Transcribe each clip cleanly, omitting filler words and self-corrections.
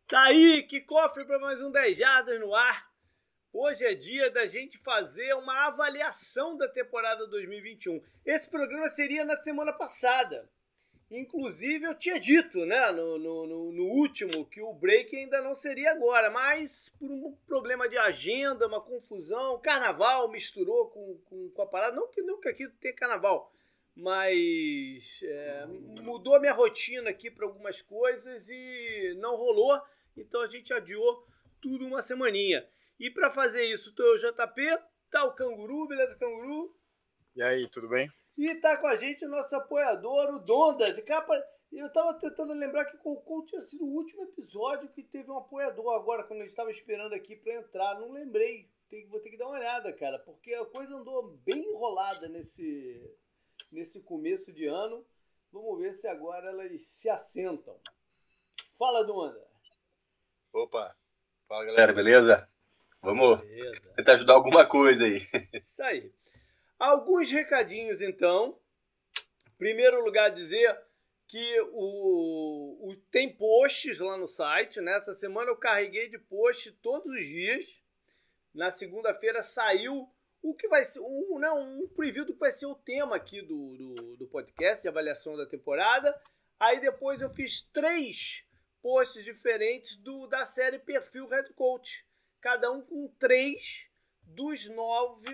Tá aí, que cofre para mais um 10 Jardas no ar. Hoje é dia da gente fazer uma avaliação da temporada 2021. Esse programa seria na semana passada. Inclusive, eu tinha dito, né, no último, que o break ainda não seria agora, mas por um problema de agenda, uma confusão, carnaval misturou com a parada. Não que nunca aqui tenha carnaval, mas mudou a minha rotina aqui para algumas coisas e não rolou. Então a gente adiou tudo uma semaninha. E para fazer isso, tô eu, JP, tá o Canguru, beleza, Canguru? E aí, tudo bem? E tá com a gente o nosso apoiador, o Dondas. Eu tava tentando lembrar que qual tinha sido o último episódio que teve um apoiador agora, quando eu estava esperando aqui para entrar. Não lembrei. Vou ter que dar uma olhada, cara, porque a coisa andou bem enrolada nesse começo de ano. Vamos ver se agora elas se assentam. Fala, Dondas. Opa, fala galera, beleza? Vamos Beleza. tentar ajudar alguma coisa aí. Isso aí. Alguns recadinhos, então. Em primeiro lugar, dizer que tem posts lá no site. Nessa semana eu carreguei de post todos os dias. Na segunda-feira saiu o que vai ser um preview do que vai ser o tema aqui do podcast de avaliação da temporada. Aí depois eu fiz 3 posts diferentes da série Perfil Head Coach. Cada um com 3 dos 9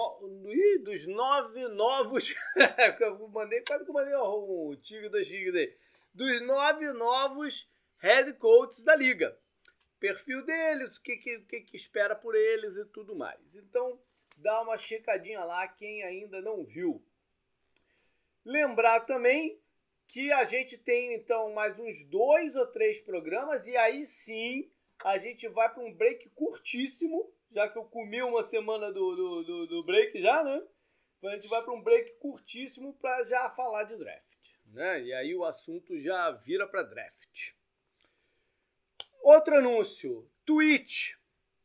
novos. Quase que eu mandei um tigre dos tigres aí. Dos 9 novos head coaches da liga. Perfil deles, o que espera por eles e tudo mais. Então, dá uma checadinha lá quem ainda não viu. Lembrar também que a gente tem, então, mais uns 2 ou 3 programas e aí sim a gente vai para um break curtíssimo, já que eu comi uma semana do break já, né? Então a gente vai para um break curtíssimo para já falar de draft, né? E aí o assunto já vira para draft. Outro anúncio, Twitch.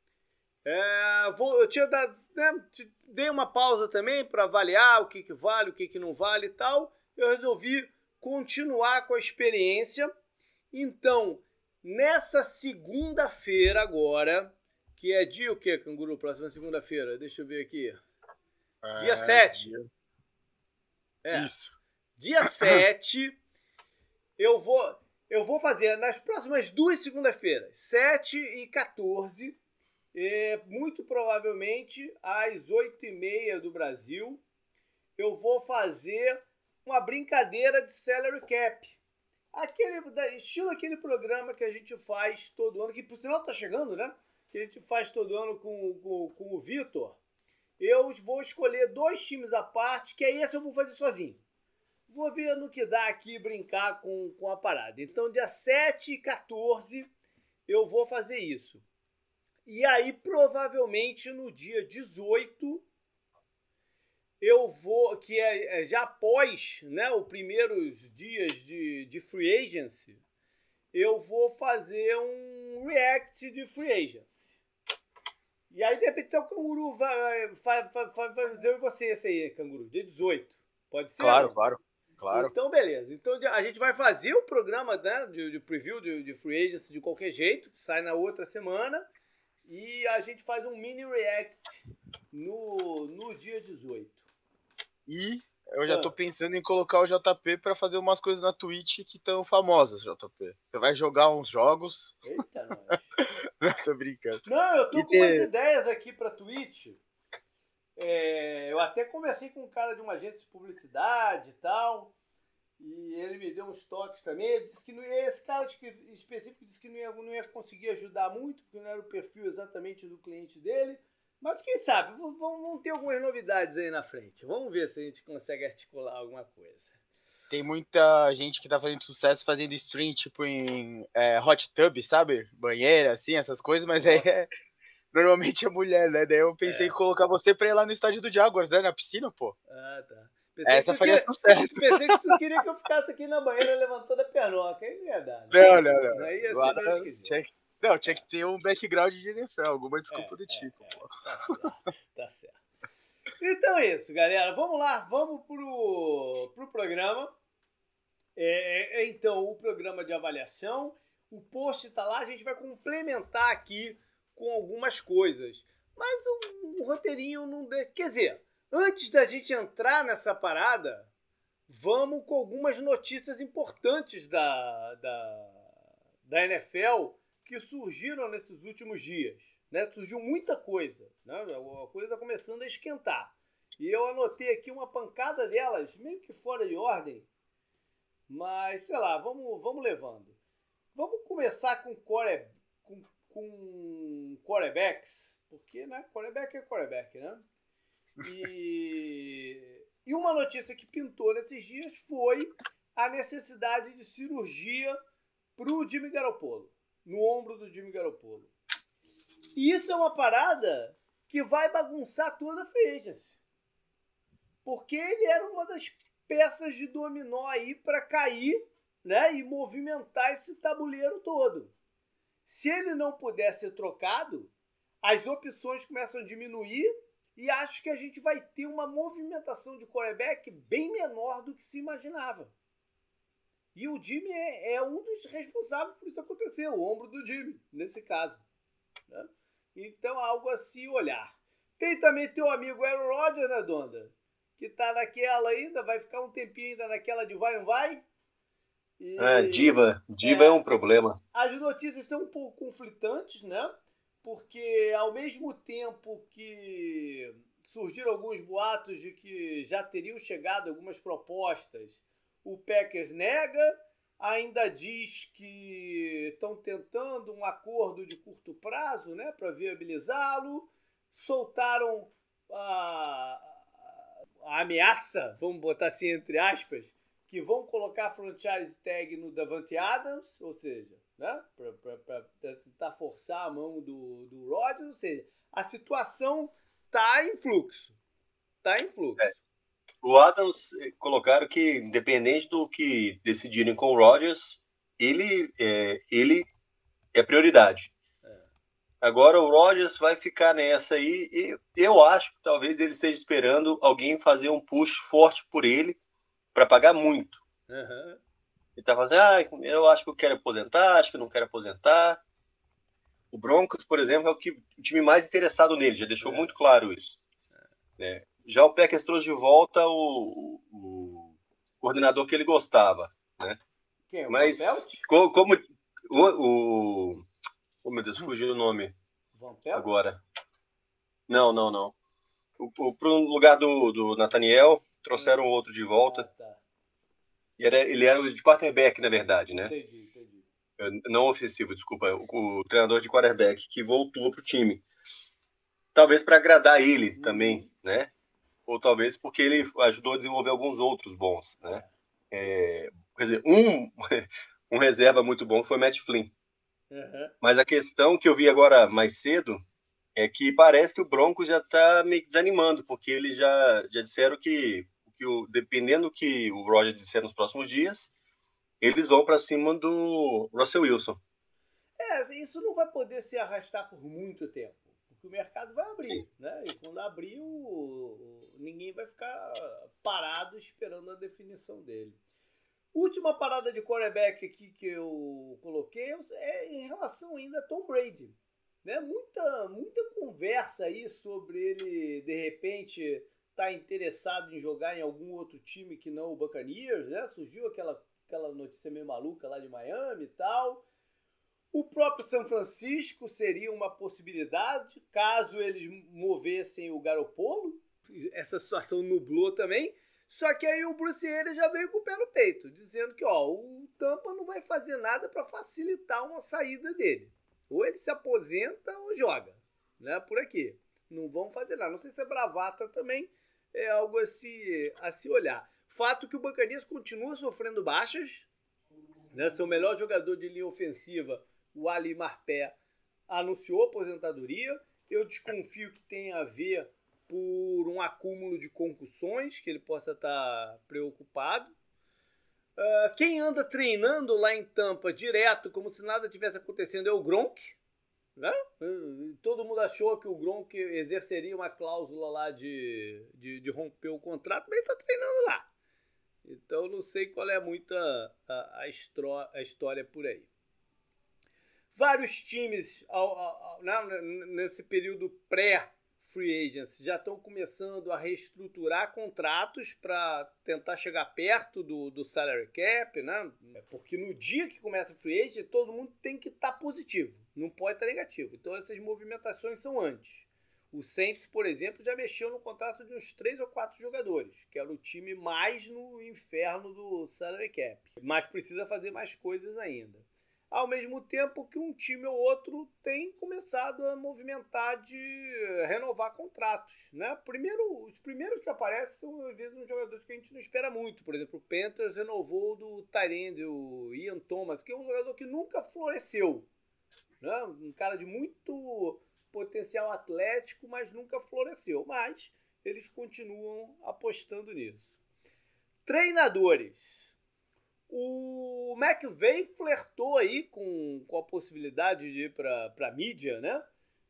Eu tinha dado, né, dei uma pausa também para avaliar o que vale, o que não vale e tal. Eu resolvi continuar com a experiência. Então, nessa segunda-feira agora, que é dia o quê, Canguru? Próxima segunda-feira, deixa eu ver aqui. Dia 7. Isso. Dia 7, eu vou fazer nas próximas 2 segunda-feiras, 7 e 14, muito provavelmente às 8h30 do Brasil, eu vou fazer uma brincadeira de salary cap. Estilo aquele programa que a gente faz todo ano, que por sinal tá chegando, né? Que a gente faz todo ano com o Vitor. Eu vou escolher 2 times à parte, que aí esse eu vou fazer sozinho. Vou ver no que dá aqui brincar com a parada. Então, dia 7 e 14, eu vou fazer isso. E aí, provavelmente, no dia 18, eu vou, que é já após, né, os primeiros dias de free agency, eu vou fazer um react de free agency. E aí, de repente, o Canguru vai fazer você esse aí, Canguru, dia 18. Pode ser? Claro. Então, beleza. Então, a gente vai fazer o programa, né, de preview de free agency de qualquer jeito, que sai na outra semana. E a gente faz um mini react no dia 18. E eu já tô pensando em colocar o JP pra fazer umas coisas na Twitch que estão famosas, JP. Você vai jogar uns jogos. Eita, nós. Não, tô brincando. Não, eu tô com umas ideias aqui pra Twitch. Eu até conversei com um cara de uma agência de publicidade e tal. E ele me deu uns toques também. Ele disse que esse cara específico disse que não ia conseguir ajudar muito, porque não era o perfil exatamente do cliente dele. Mas quem sabe, vão ter algumas novidades aí na frente. Vamos ver se a gente consegue articular alguma coisa. Tem muita gente que tá fazendo sucesso fazendo stream, tipo em hot tub, sabe? Banheira, assim, essas coisas, mas normalmente é mulher, né? Daí eu pensei em colocar você pra ir lá no estádio do Jaguars, né? Na piscina, pô. Ah, tá. Essa faria sucesso. Pensei que tu queria que eu ficasse aqui na banheira levantando a pernoca. Aí não ia dar. Não. Aí ia ser meio esquisito. Tinha que ter um background de NFL, alguma desculpa do tipo. Pô. Tá certo. Então é isso, galera. Vamos lá, vamos pro programa. Então, o programa de avaliação. O post está lá, a gente vai complementar aqui com algumas coisas. Mas um roteirinho não... Quer dizer, antes da gente entrar nessa parada, vamos com algumas notícias importantes da NFL que surgiram nesses últimos dias. Né? Surgiu muita coisa. Né? A coisa está começando a esquentar. E eu anotei aqui uma pancada delas, meio que fora de ordem. Mas, sei lá, vamos levando. Vamos começar com quarterbacks. Porque, né? Quarterback é quarterback, né? E uma notícia que pintou nesses dias foi a necessidade de cirurgia para o Jimmy Garoppolo. No ombro do Jimmy Garoppolo. E isso é uma parada que vai bagunçar toda a free agency. Porque ele era uma das peças de dominó aí para cair, né, e movimentar esse tabuleiro todo. Se ele não puder ser trocado, as opções começam a diminuir e acho que a gente vai ter uma movimentação de quarterback bem menor do que se imaginava. E o Jimmy é um dos responsáveis por isso acontecer, o ombro do Jimmy, nesse caso. Né? Então, algo a se olhar. Tem também teu amigo Aaron Rodgers, né, Donda? Que tá naquela ainda, vai ficar um tempinho ainda naquela de vai ou não vai. Diva é um problema. As notícias estão um pouco conflitantes, né? Porque ao mesmo tempo que surgiram alguns boatos de que já teriam chegado algumas propostas, o Packers nega, ainda diz que estão tentando um acordo de curto prazo, né, para viabilizá-lo, soltaram a ameaça, vamos botar assim entre aspas, que vão colocar a franchise tag no Davante Adams, ou seja, né, para tentar forçar a mão do Rodgers, ou seja, a situação está em fluxo. O Adams colocaram que, independente do que decidirem com o Rodgers, ele é prioridade. Agora o Rodgers vai ficar nessa aí e eu acho que talvez ele esteja esperando alguém fazer um push forte por ele para pagar muito. Uhum. Ele tá fazendo, eu acho que eu quero aposentar, acho que eu não quero aposentar. O Broncos, por exemplo, é o time mais interessado nele, já deixou muito claro isso. Já o Packers trouxe de volta o coordenador que ele gostava, né? Quem? O Mas Van Pelt? como oh meu Deus, fugiu o nome Van Pelt? agora. Não. Pro lugar do Nathaniel, trouxeram outro de volta. Tá. Ele era o de quarterback, na verdade, né? Entendi. Não ofensivo, desculpa. O treinador de quarterback que voltou pro time. Talvez para agradar ele também, né? Ou talvez porque ele ajudou a desenvolver alguns outros bons, né? Quer dizer, um reserva muito bom foi Matt Flynn. Uhum. Mas a questão que eu vi agora mais cedo é que parece que o Broncos já está meio que desanimando, porque eles já disseram que dependendo do que o Rodgers disser nos próximos dias, eles vão para cima do Russell Wilson. Isso não vai poder se arrastar por muito tempo, porque o mercado vai abrir, Sim. né? E quando abrir, ninguém vai ficar parado esperando a definição dele. Última parada de quarterback aqui que eu coloquei é em relação ainda a Tom Brady. Né? Muita conversa aí sobre ele, de repente, estar interessado em jogar em algum outro time que não o Buccaneers, né? Surgiu aquela notícia meio maluca lá de Miami e tal. O próprio São Francisco seria uma possibilidade, caso eles movessem o Garoppolo. Essa situação nublou também. Só que aí o Bruce Arians já veio com o pé no peito, dizendo que o Tampa não vai fazer nada para facilitar uma saída dele. Ou ele se aposenta ou joga, né, por aqui. Não vão fazer nada. Não sei se é bravata também, é algo a se olhar. Fato que o Buccaneers continua sofrendo baixas, né? Seu melhor jogador de linha ofensiva, o Ali Marpé, anunciou aposentadoria. Eu desconfio que tenha a ver por um acúmulo de concussões, que ele possa estar preocupado. Quem anda treinando lá em Tampa direto, como se nada tivesse acontecendo, é o Gronk. Né? Todo mundo achou que o Gronk exerceria uma cláusula lá de romper o contrato, mas ele está treinando lá. Então não sei qual é muito a história por aí. Vários times nesse período pré-free agency já estão começando a reestruturar contratos para tentar chegar perto do salary cap, né? Porque no dia que começa a free agency, todo mundo tem que estar positivo, não pode estar negativo. Então essas movimentações são antes. O Saints, por exemplo, já mexeu no contrato de uns 3 ou 4 jogadores, que era o time mais no inferno do salary cap. Mas precisa fazer mais coisas ainda. Ao mesmo tempo que um time ou outro tem começado a movimentar de renovar contratos, né? Os primeiros que aparecem são, às vezes, uns jogadores que a gente não espera muito. Por exemplo, o Panthers renovou do tight end, o Ian Thomas, que é um jogador que nunca floresceu, né? Um cara de muito potencial atlético, mas nunca floresceu. Mas eles continuam apostando nisso. Treinadores. O McVay flertou aí com a possibilidade de ir para a mídia, né?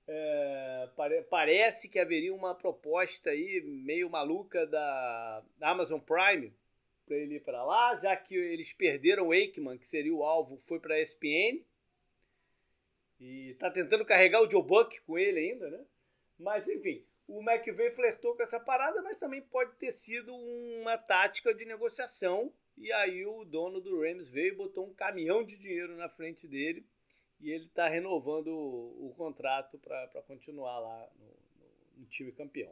Parece que haveria uma proposta aí meio maluca da Amazon Prime para ele ir para lá, já que eles perderam o Aikman, que seria o alvo, foi para a ESPN. E tá tentando carregar o Joe Buck com ele ainda, né? Mas, enfim, o McVay flertou com essa parada, mas também pode ter sido uma tática de negociação. E aí o dono do Rams veio e botou um caminhão de dinheiro na frente dele e ele está renovando o contrato para continuar lá no time campeão.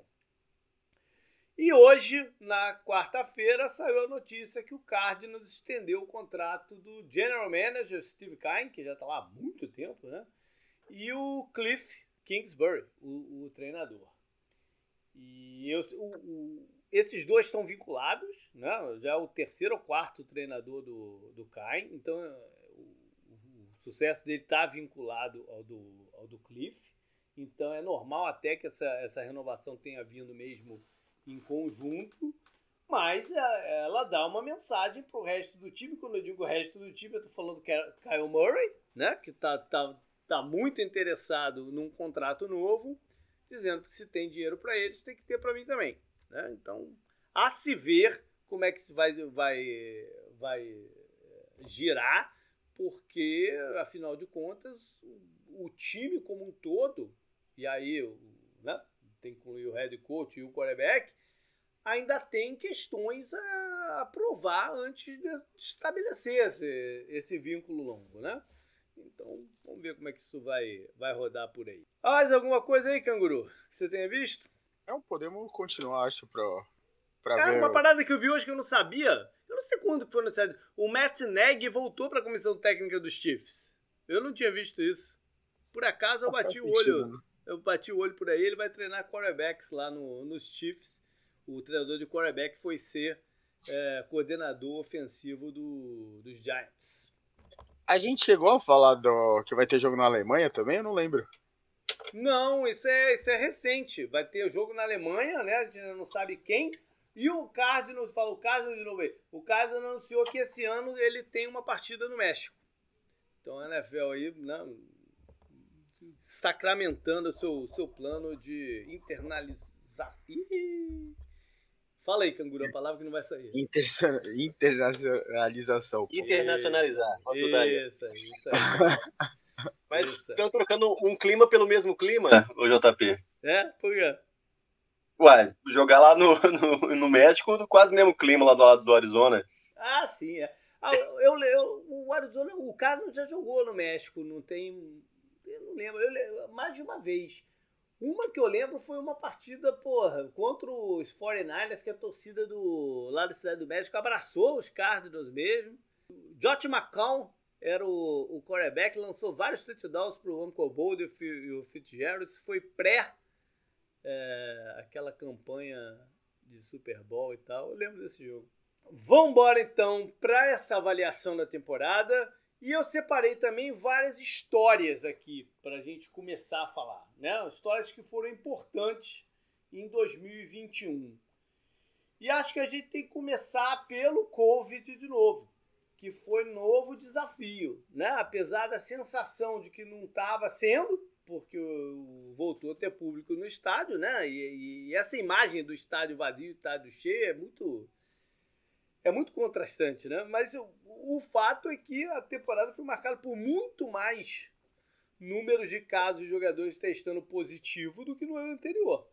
E hoje, na quarta-feira, saiu a notícia que o Cardinals estendeu o contrato do General Manager Steve Keim, que já está lá há muito tempo, né? E o Cliff Kingsbury, o treinador. E esses dois estão vinculados, né? Já é o terceiro ou quarto treinador do Keim, então o sucesso dele está vinculado ao do Cliff, então é normal até que essa renovação tenha vindo mesmo em conjunto, mas ela dá uma mensagem para o resto do time. Quando eu digo o resto do time, eu estou falando que é Kyle Murray, né? Que tá muito interessado num contrato novo, dizendo que se tem dinheiro para eles, tem que ter para mim também. Né? Então, a se ver como é que vai girar, porque, afinal de contas, o time como um todo, e aí, né, tem que incluir o head coach e o quarterback, ainda tem questões a provar antes de estabelecer esse vínculo longo, né? Então, vamos ver como é que isso vai rodar por aí. Mais alguma coisa aí, Canguru, que você tenha visto? Não, podemos continuar, acho, pra ver. Uma parada que eu vi hoje que eu não sabia. Eu não sei quando que foi anunciado. O Matt Nagy voltou para a comissão técnica dos Chiefs. Eu não tinha visto isso. Por acaso eu bati o olho. Né? Eu bati o olho por aí. Ele vai treinar quarterbacks lá nos Chiefs. O treinador de quarterback foi ser coordenador ofensivo dos Giants. A gente chegou a falar que vai ter jogo na Alemanha também? Eu não lembro. Não, isso é recente. Vai ter jogo na Alemanha, né? A gente ainda não sabe quem. E o Cardinals, fala o Cardinals de novo aí. O Cardinals anunciou que esse ano ele tem uma partida no México. Então a NFL aí, né, sacramentando o seu plano de internalizar. Fala aí, Canguru, a palavra que não vai sair. Internacionalização. Internacionalizar. Isso aí. Mas estão trocando um clima pelo mesmo clima, o JP. É? Por quê? Ué, jogar lá no México, quase o mesmo clima lá do lado do Arizona. Ah, sim, é. O Arizona, o Cardinals já jogou no México, não tem... Eu não lembro, mais de uma vez. Uma que eu lembro foi uma partida, contra os 49ers, que a torcida lá da Cidade do México abraçou os Cardinals mesmo. Josh McCown era o quarterback, lançou vários touchdowns para o Uncle Bold e o Fitzgerald. Isso foi aquela campanha de Super Bowl e tal. Eu lembro desse jogo. Vamos embora então para essa avaliação da temporada. E eu separei também várias histórias aqui para a gente começar a falar, né? Histórias que foram importantes em 2021. E acho que a gente tem que começar pelo Covid de novo, que foi novo desafio, né? Apesar da sensação de que não estava sendo, porque voltou a ter público no estádio, né? E essa imagem do estádio vazio e estádio cheio é muito contrastante, né? Mas o fato é que a temporada foi marcada por muito mais números de casos de jogadores testando positivo do que no ano anterior.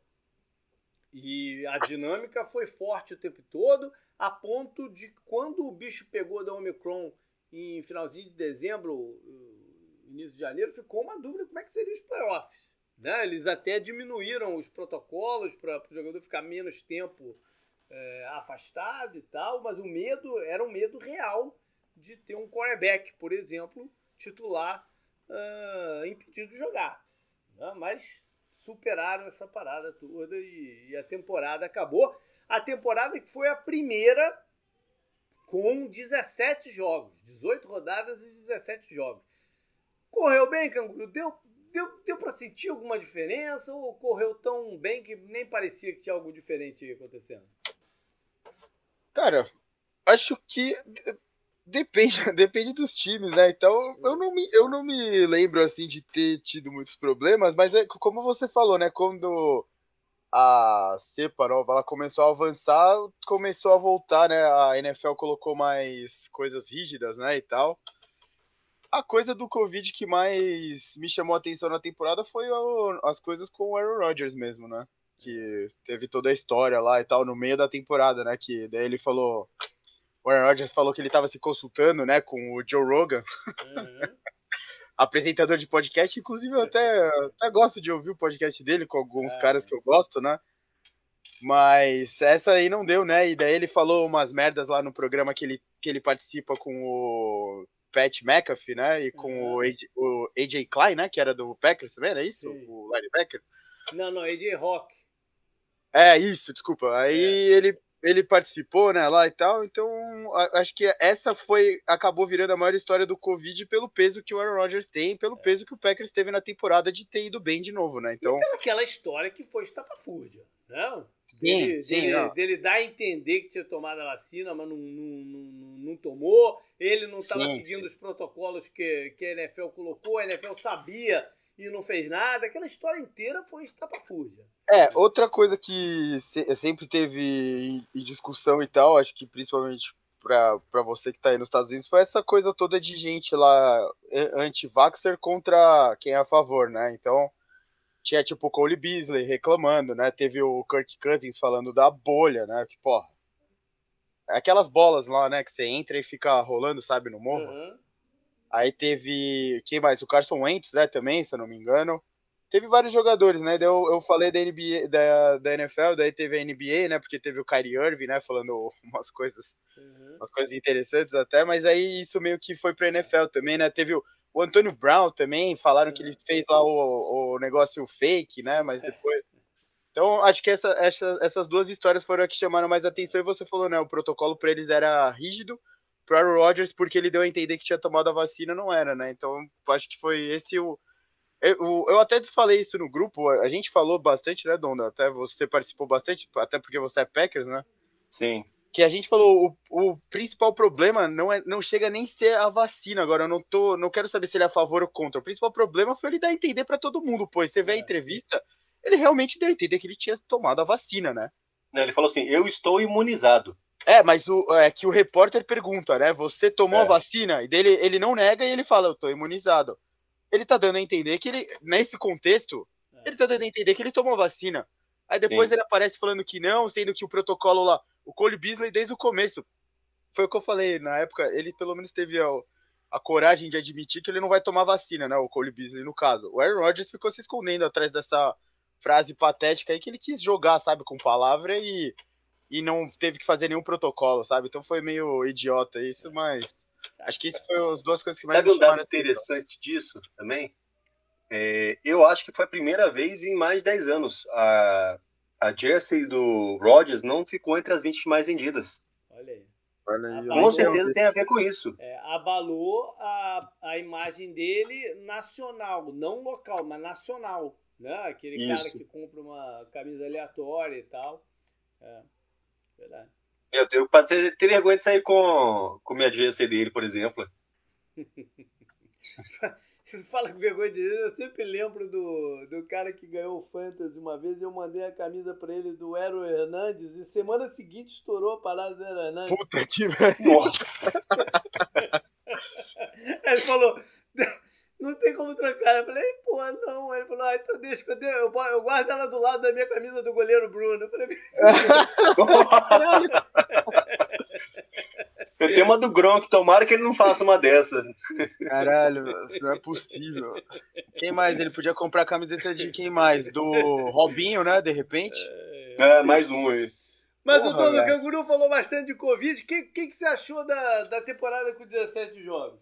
E a dinâmica foi forte o tempo todo, a ponto de quando o bicho pegou da Omicron em finalzinho de dezembro, início de janeiro, ficou uma dúvida como é que seriam os playoffs. Né? Eles até diminuíram os protocolos para o jogador ficar menos tempo afastado e tal, mas o medo era um medo real de ter um quarterback, por exemplo, titular impedido de jogar. Né? Mas superaram essa parada toda e a temporada acabou. A temporada que foi a primeira com 17 jogos, 18 rodadas e 17 jogos. Correu bem, Canguru? Deu para sentir alguma diferença ou correu tão bem que nem parecia que tinha algo diferente acontecendo? Cara, acho que depende dos times, né? Então eu não me lembro assim de ter tido muitos problemas, mas como você falou, né? Quando a cepa nova ela começou a avançar, começou a voltar, né? A NFL colocou mais coisas rígidas, né? E tal. A coisa do Covid que mais me chamou a atenção na temporada foi as coisas com o Aaron Rodgers mesmo, né? Que teve toda a história lá e tal no meio da temporada, né? Que daí ele falou. O Aaron Rodgers falou que ele estava se consultando, né, com o Joe Rogan, apresentador de podcast. Inclusive, eu até gosto de ouvir o podcast dele com alguns caras que eu gosto, né? Mas essa aí não deu, né? E daí ele falou umas merdas lá no programa que ele participa com o Pat McAfee, né? E com o AJ Klein, né? Que era do Packers também, era isso? Sim. O linebacker? Não, AJ Rock. É, isso, desculpa. Aí ele participou, né, lá e tal, então acho que essa acabou virando a maior história do Covid pelo peso que o Aaron Rodgers tem, pelo peso que o Packers teve na temporada de ter ido bem de novo, né, então... E pela aquela história que foi estapafúrdia, não? Sim, dele dar a entender que tinha tomado a vacina, mas não tomou, ele não estava seguindo os protocolos que a NFL colocou, a NFL sabia e não fez nada, aquela história inteira foi estapafúrdia. Outra coisa que sempre teve em discussão e tal, acho que principalmente pra você que tá aí nos Estados Unidos, foi essa coisa toda de gente lá anti-vaxxer contra quem é a favor, né? Então, tinha tipo o Cole Beasley reclamando, né? Teve o Kirk Cousins falando da bolha, né? Que, porra, aquelas bolas lá, né? Que você entra e fica rolando, sabe, no morro. Uhum. Aí teve, quem mais? O Carson Wentz, né? Também, se eu não me engano. Teve vários jogadores, né? Daí eu falei da NBA, da NFL, daí teve a NBA, né? Porque teve o Kyrie Irving, né? Falando umas coisas interessantes até, mas aí isso meio que foi pra NFL também, né? Teve o Antonio Brown também, falaram que ele fez lá o negócio fake, né? Mas depois... Então, acho que essas duas histórias foram as que chamaram mais atenção, e você falou, né? O protocolo pra eles era rígido, pro Aaron Rodgers, porque ele deu a entender que tinha tomado a vacina, não era, né? Então, acho que foi esse o... Eu até te falei isso no grupo, a gente falou bastante, né, Donda? Até você participou bastante, até porque você é Packers, né? Sim. Que a gente falou, o principal problema não chega nem ser a vacina. Agora, eu não quero saber se ele é a favor ou contra. O principal problema foi ele dar a entender pra todo mundo, pois você vê a entrevista, ele realmente deu a entender que ele tinha tomado a vacina, né? Ele falou assim, eu estou imunizado. Mas que o repórter pergunta, né? Você tomou a vacina? E dele, ele não nega e ele fala, eu tô imunizado. Ele tá dando a entender que ele, nesse contexto, ele tá dando a entender que ele tomou vacina. Aí depois ele aparece falando que não, sendo que o protocolo lá, o Cole Beasley desde o começo, foi o que eu falei, na época, ele pelo menos teve a coragem de admitir que ele não vai tomar vacina, né, o Cole Beasley no caso. O Aaron Rodgers ficou se escondendo atrás dessa frase patética aí que ele quis jogar, sabe, com palavra e não teve que fazer nenhum protocolo, sabe, então foi meio idiota isso, mas... Acho que isso foi as duas coisas que mais me chamaram a atenção. Sabe um dado interessante disso também? Eu acho que foi a primeira vez em mais de 10 anos. A jersey do Rodgers não ficou entre as 20 mais vendidas. Olha aí. Com certeza tem a ver com isso. Abalou a imagem dele nacional, não local, mas nacional. Né? Aquele cara que compra uma camisa aleatória e tal. Verdade. Eu passei a ter vergonha de sair com minha jersey dele, por exemplo. Fala com vergonha de Deus, eu sempre lembro do cara que ganhou o Fantasy uma vez, eu mandei a camisa pra ele do Aaron Hernandes e semana seguinte estourou a parada do Aaron Hernandes. Puta que velho. Nossa! Ele falou, Não tem como trocar. Eu falei, pô, não. Ele falou, então deixa, eu guardo ela do lado da minha camisa do goleiro Bruno. Eu falei, eu tenho uma do Gronk, tomara que ele não faça uma dessa. Caralho, não é possível. Quem mais? Ele podia comprar a camiseta de quem mais? Do Robinho, né? De repente. Mais um aí. Mas o Dono Canguru falou bastante de Covid. O que você achou da temporada com 17 jogos?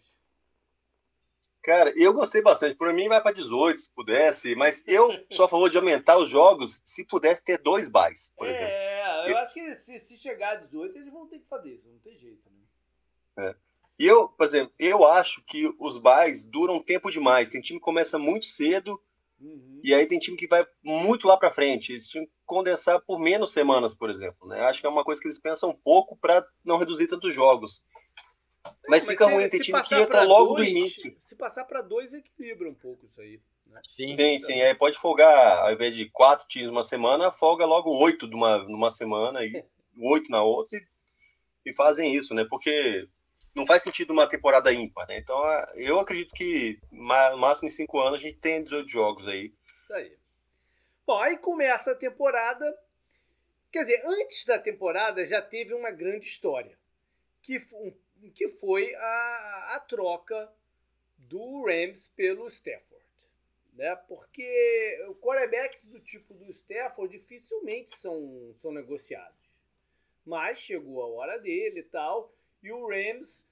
Cara, eu gostei bastante. Por mim vai para 18, se pudesse. Mas eu sou a favor de aumentar os jogos se pudesse ter 2 byes, por exemplo. Eu acho que se chegar a 18, eles vão ter que fazer isso. Não tem jeito, né? E eu, por exemplo, eu acho que os byes duram tempo demais. Tem time que começa muito cedo. E aí tem time que vai muito lá pra frente. Eles tinham que condensar por menos semanas, por exemplo. Né? Acho que é uma coisa que eles pensam um pouco pra não reduzir tantos jogos. Mas fica ruim, tem time que entra logo do início. Se passar pra 2, equilibra um pouco isso aí. Né? Sim. Aí pode folgar, ao invés de 4 times uma semana, folga logo 8 numa semana e 8 na outra. E fazem isso, né? Porque não faz sentido uma temporada ímpar, né? Então eu acredito que no máximo em 5 anos a gente tem 18 jogos aí. Isso aí. Bom, aí começa a temporada. Quer dizer, antes da temporada já teve uma grande história. Que foi a troca do Rams pelo Stafford. Né? Porque os quarterbacks do tipo do Stafford dificilmente são negociados. Mas chegou a hora dele e tal. E o Rams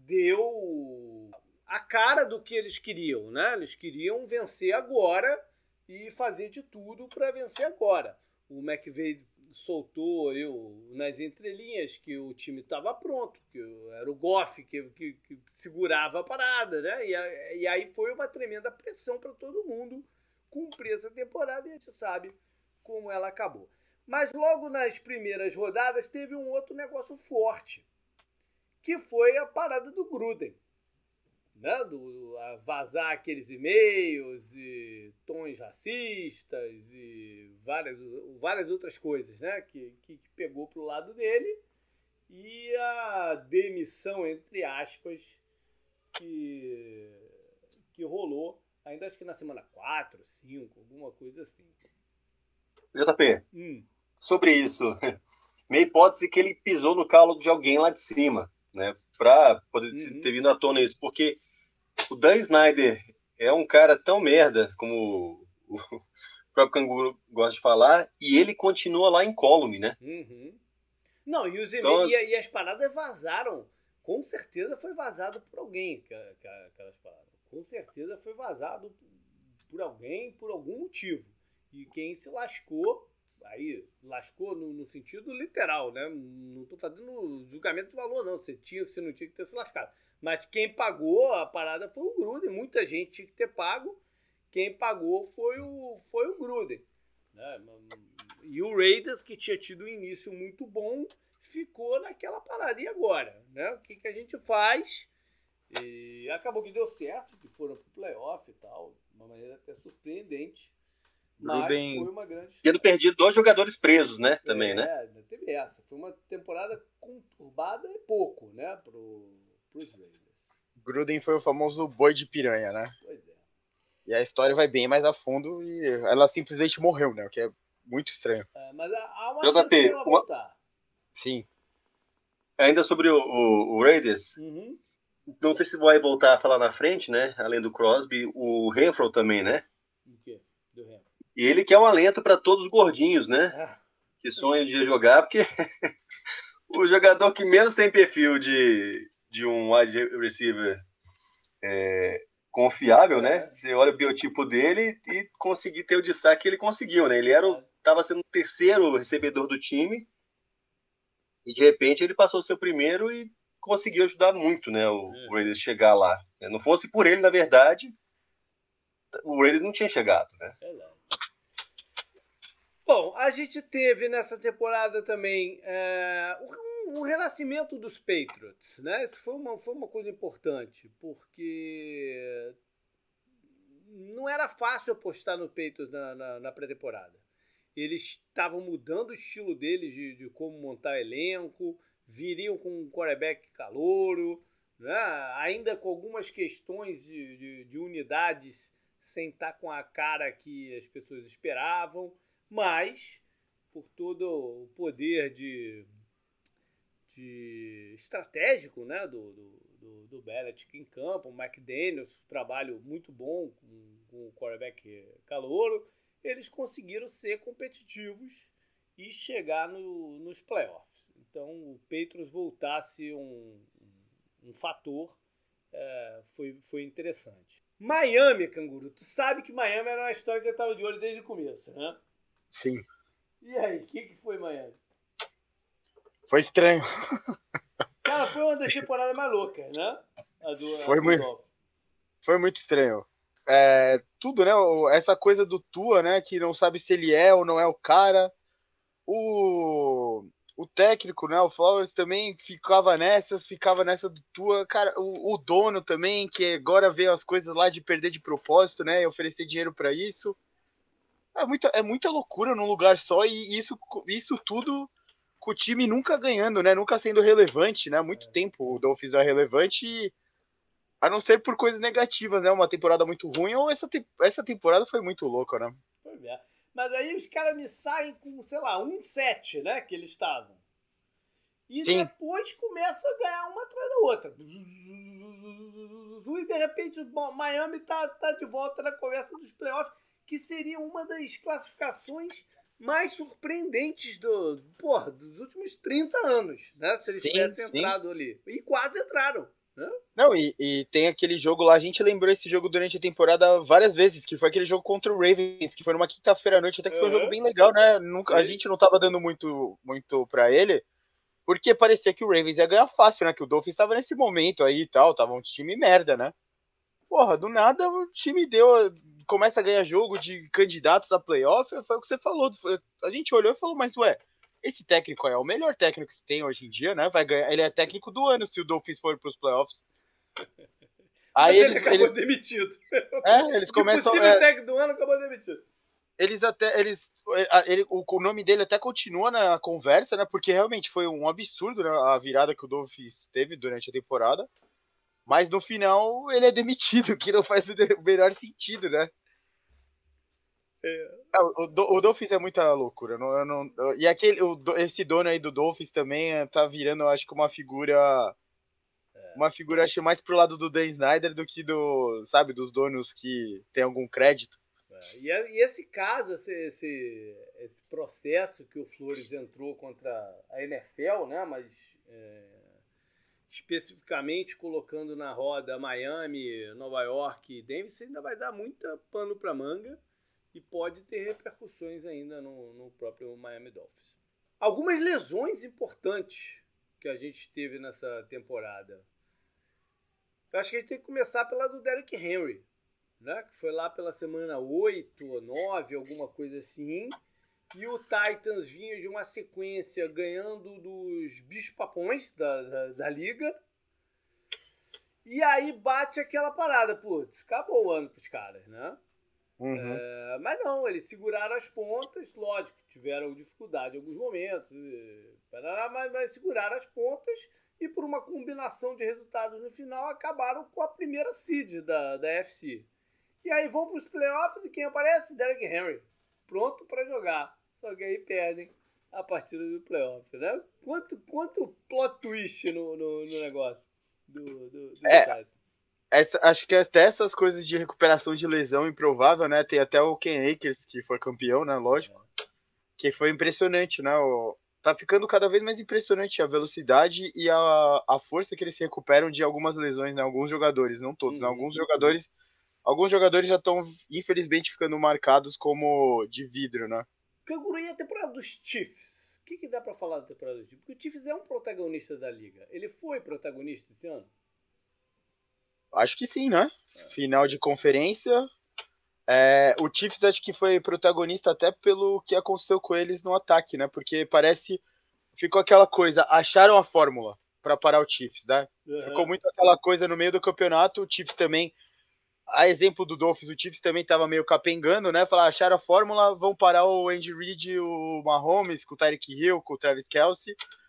deu a cara do que eles queriam. Né? Eles queriam vencer agora e fazer de tudo para vencer agora. O McVay soltou nas entrelinhas que o time estava pronto, que era o Goff que segurava a parada, né? E aí foi uma tremenda pressão para todo mundo cumprir essa temporada e a gente sabe como ela acabou. Mas logo nas primeiras rodadas teve um outro negócio forte, que foi a parada do Gruden. Né? A vazar aqueles e-mails e tons racistas e várias outras coisas, né? que pegou pro lado dele, e a demissão, entre aspas, que rolou, ainda acho que na semana 4, 5, alguma coisa assim. JP, sobre isso, minha hipótese é que ele pisou no calo de alguém lá de cima, né? Pra poder ter vindo à tona isso, porque o Dan Snyder é um cara tão merda, como o próprio Canguru gosta de falar, e ele continua lá em Column, né? Não, e as paradas vazaram. Com certeza foi vazado por alguém, aquelas paradas. Com certeza foi vazado por alguém, por algum motivo. E quem se lascou, aí lascou no sentido literal, né? Não estou fazendo julgamento de valor, não. Você não tinha que ter se lascado. Mas quem pagou a parada foi o Gruden. Muita gente tinha que ter pago. Quem pagou foi o Gruden. Né? E o Raiders, que tinha tido um início muito bom, ficou naquela parada. E agora? Né? O que a gente faz? E acabou que deu certo, que foram pro playoff e tal. De uma maneira até surpreendente. Mas foi uma grande história. Tendo perdido 2 jogadores presos, né? Também, né? Teve essa. Foi uma temporada conturbada e pouco, né? Pros Raiders. Gruden foi o famoso boi de piranha, né? Pois é. E a história vai bem mais a fundo e ela simplesmente morreu, né? O que é muito estranho. Mas há uma chance de ela voltar. Sim. Ainda sobre o Raiders, não sei se vai voltar a falar na frente, né? Além do Crosby, o Renfrow também, né? O quê? Do Renfrow. E ele que é um alento para todos os gordinhos, né? Que sonham de jogar, porque o jogador que menos tem perfil de um wide receiver confiável, né? Você olha o biotipo dele e conseguir ter o destaque que ele conseguiu, né? Ele estava sendo o 3º recebedor do time e de repente ele passou a ser o primeiro e conseguiu ajudar muito, né? O Raiders chegar lá. Não fosse por ele, na verdade, o Raiders não tinha chegado, né? Bom, a gente teve nessa temporada também um renascimento dos Patriots, né? Isso foi uma coisa importante, porque não era fácil apostar no Patriots na pré-temporada. Eles estavam mudando o estilo deles de como montar elenco, viriam com um quarterback calouro, né? Ainda com algumas questões de unidades sem estar com a cara que as pessoas esperavam, mas por todo o poder de estratégico, né, do Belichick em campo, o McDaniels, trabalho muito bom com o quarterback calouro, eles conseguiram ser competitivos e chegar nos playoffs. Então, o Patriots voltasse um fator, foi interessante. Miami, Canguru, tu sabe que Miami era uma história que eu estava de olho desde o começo, né? Sim. E aí, o que foi Miami? Foi estranho. Cara, foi uma das temporadas mais loucas, né? Foi muito estranho. Tudo, né? Essa coisa do Tua, né? Que não sabe se ele é ou não é o cara. O técnico, né? O Flowers também ficava nessa do Tua. Cara, o dono também, que agora vê as coisas lá de perder de propósito, né? E oferecer dinheiro para isso. É muita loucura num lugar só. E isso tudo com o time nunca ganhando, né? Nunca sendo relevante, né? Há muito tempo o Dolphins não é relevante, a não ser por coisas negativas, né? Uma temporada muito ruim, ou essa temporada foi muito louca, né? Foi mesmo. Mas aí os caras me saem com, sei lá, 1-7, né? Que eles estavam. E Sim. Depois começam a ganhar uma atrás da outra. E de repente o Miami tá de volta na conversa dos playoffs, que seria uma das classificações mais surpreendentes dos últimos 30 anos, né? Se eles tivessem entrado ali. E quase entraram. Né? Não, e tem aquele jogo lá, a gente lembrou esse jogo durante a temporada várias vezes, que foi aquele jogo contra o Ravens, que foi numa quinta-feira à noite, até que foi um jogo bem legal, né? A gente não tava dando muito pra ele, porque parecia que o Ravens ia ganhar fácil, né? Que o Dolphins estava nesse momento aí e tal, tava um time merda, né? Porra, do nada o time começa a ganhar jogo de candidatos a playoff, foi o que você falou. A gente olhou e falou, mas ué, esse técnico é o melhor técnico que tem hoje em dia, né? Vai ganhar, ele é técnico do ano se o Dolphins for pros playoffs. Aí ele acabou demitido. Eles começam. O possível técnico do ano acabou demitido. O nome dele até continua na conversa, né? Porque realmente foi um absurdo, né, a virada que o Dolphins teve durante a temporada. Mas no final ele é demitido, que não faz o melhor sentido, né? O Dolphins é muita loucura. E esse dono aí do Dolphins também tá virando, eu acho que uma figura. Uma figura, acho, mais pro lado do Dan Snyder do que dos donos que tem algum crédito. E esse caso, esse processo que o Flores entrou contra a NFL, né? Mas especificamente colocando na roda Miami, Nova York e Denver, isso ainda vai dar muita pano para manga e pode ter repercussões ainda no próprio Miami Dolphins. Algumas lesões importantes que a gente teve nessa temporada. Eu acho que a gente tem que começar pela do Derrick Henry, né? Que foi lá pela semana 8 ou 9, alguma coisa assim. E o Titans vinha de uma sequência ganhando dos bichos-papões da liga. E aí bate aquela parada. Putz, acabou o ano pros caras, né? Uhum. Mas não, eles seguraram as pontas. Lógico, tiveram dificuldade em alguns momentos. Mas seguraram as pontas. E por uma combinação de resultados no final, acabaram com a primeira seed da FC. E aí vão para os playoffs e quem aparece? Derrick Henry. Pronto para jogar. Só que aí perdem a partida do playoff, né? Quanto plot twist no negócio do acho que até essas coisas de recuperação de lesão improvável, né? Tem até o Ken Akers, que foi campeão, né? Lógico. Que foi impressionante, né? Tá ficando cada vez mais impressionante a velocidade e a força que eles se recuperam de algumas lesões, né? Alguns jogadores, não todos, né? Alguns jogadores já estão, infelizmente, ficando marcados como de vidro, né? Canguru, e a temporada dos Chiefs? O que dá pra falar da temporada dos Chiefs? Porque o Chiefs é um protagonista da liga. Ele foi protagonista esse ano? Acho que sim, né? Final de conferência. O Chiefs acho que foi protagonista até pelo que aconteceu com eles no ataque, né? Porque ficou aquela coisa, acharam a fórmula para parar o Chiefs, né? Uhum. Ficou muito aquela coisa no meio do campeonato, o Chiefs também, a exemplo do Dolphins, o Chiefs também tava meio capengando, né? Falaram, acharam a fórmula, vão parar o Andy Reid, o Mahomes, com o Tyreek Hill, com o Travis Kelce.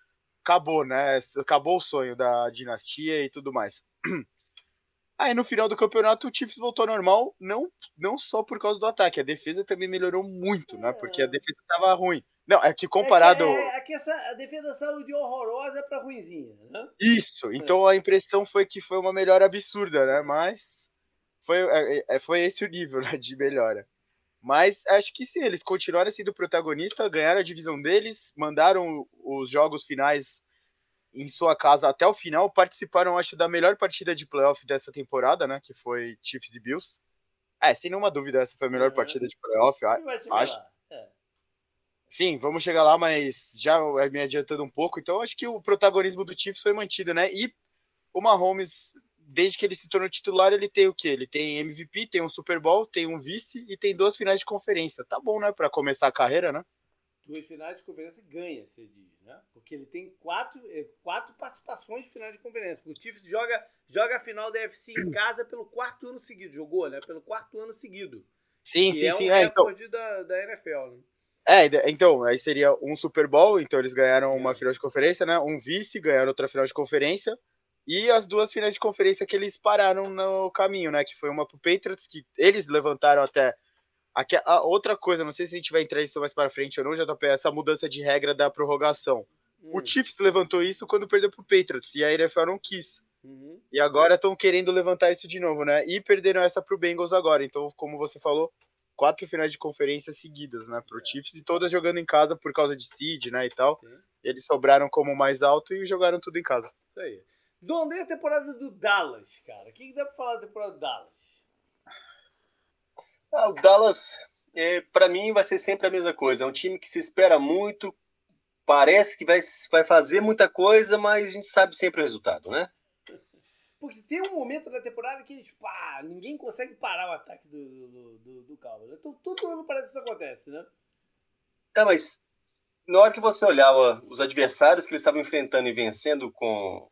acabou, né? Acabou o sonho da dinastia e tudo mais. Aí no final do campeonato o Chiefs voltou ao normal, não só por causa do ataque, a defesa também melhorou muito, né? Porque a defesa tava ruim. Não, é que comparado... A defesa saiu de horrorosa pra ruinzinha, né? Isso, então a impressão foi que foi uma melhora absurda, né? Mas foi esse o nível, né, de melhora. Mas acho que sim, eles continuaram sendo protagonistas, ganharam a divisão deles, mandaram os jogos finais em sua casa até o final, participaram, acho, da melhor partida de playoff dessa temporada, né? Que foi Chiefs e Bills. Sem nenhuma dúvida, essa foi a melhor partida de playoff, acho. Sim, vamos chegar lá, mas já me adiantando um pouco. Então, acho que o protagonismo do Chiefs foi mantido, né? E o Mahomes, desde que ele se tornou titular, ele tem o quê? Ele tem MVP, tem um Super Bowl, tem um vice e tem 2 finais de conferência. Tá bom, né? Pra começar a carreira, né? 2 finais de conferência ganha, você diz, né? Porque ele tem 4 participações de finais de conferência. O Chiefs joga a final da NFC em casa pelo 4º ano seguido. Jogou, né? Pelo 4º ano seguido. Sim. Um recorde da NFL, né? Então, aí seria um Super Bowl, então eles ganharam uma final de conferência, né? Um vice, ganharam outra final de conferência. E as 2 finais de conferência que eles pararam no caminho, né? Que foi uma pro Patriots, que eles levantaram até... A outra coisa, não sei se a gente vai entrar isso mais para frente ou não, JP, essa mudança de regra da prorrogação. O Chiefs levantou isso quando perdeu pro Patriots, e a NFL não quis. E agora estão querendo levantar isso de novo, né? E perderam essa pro Bengals agora. Então, como você falou, 4 finais de conferência seguidas, né? Pro Chiefs, e todas jogando em casa por causa de seed, né? E tal. Sim. Eles sobraram como mais alto e jogaram tudo em casa. Isso aí. Donde é a temporada do Dallas, cara? O que dá pra falar da temporada do Dallas? O Dallas, para mim, vai ser sempre a mesma coisa. É um time que se espera muito, parece que vai fazer muita coisa, mas a gente sabe sempre o resultado, né? Porque tem um momento da temporada que ninguém consegue parar o ataque do Cowboys. Todo ano parece que isso acontece, né? Mas na hora que você olhava os adversários que eles estavam enfrentando e vencendo com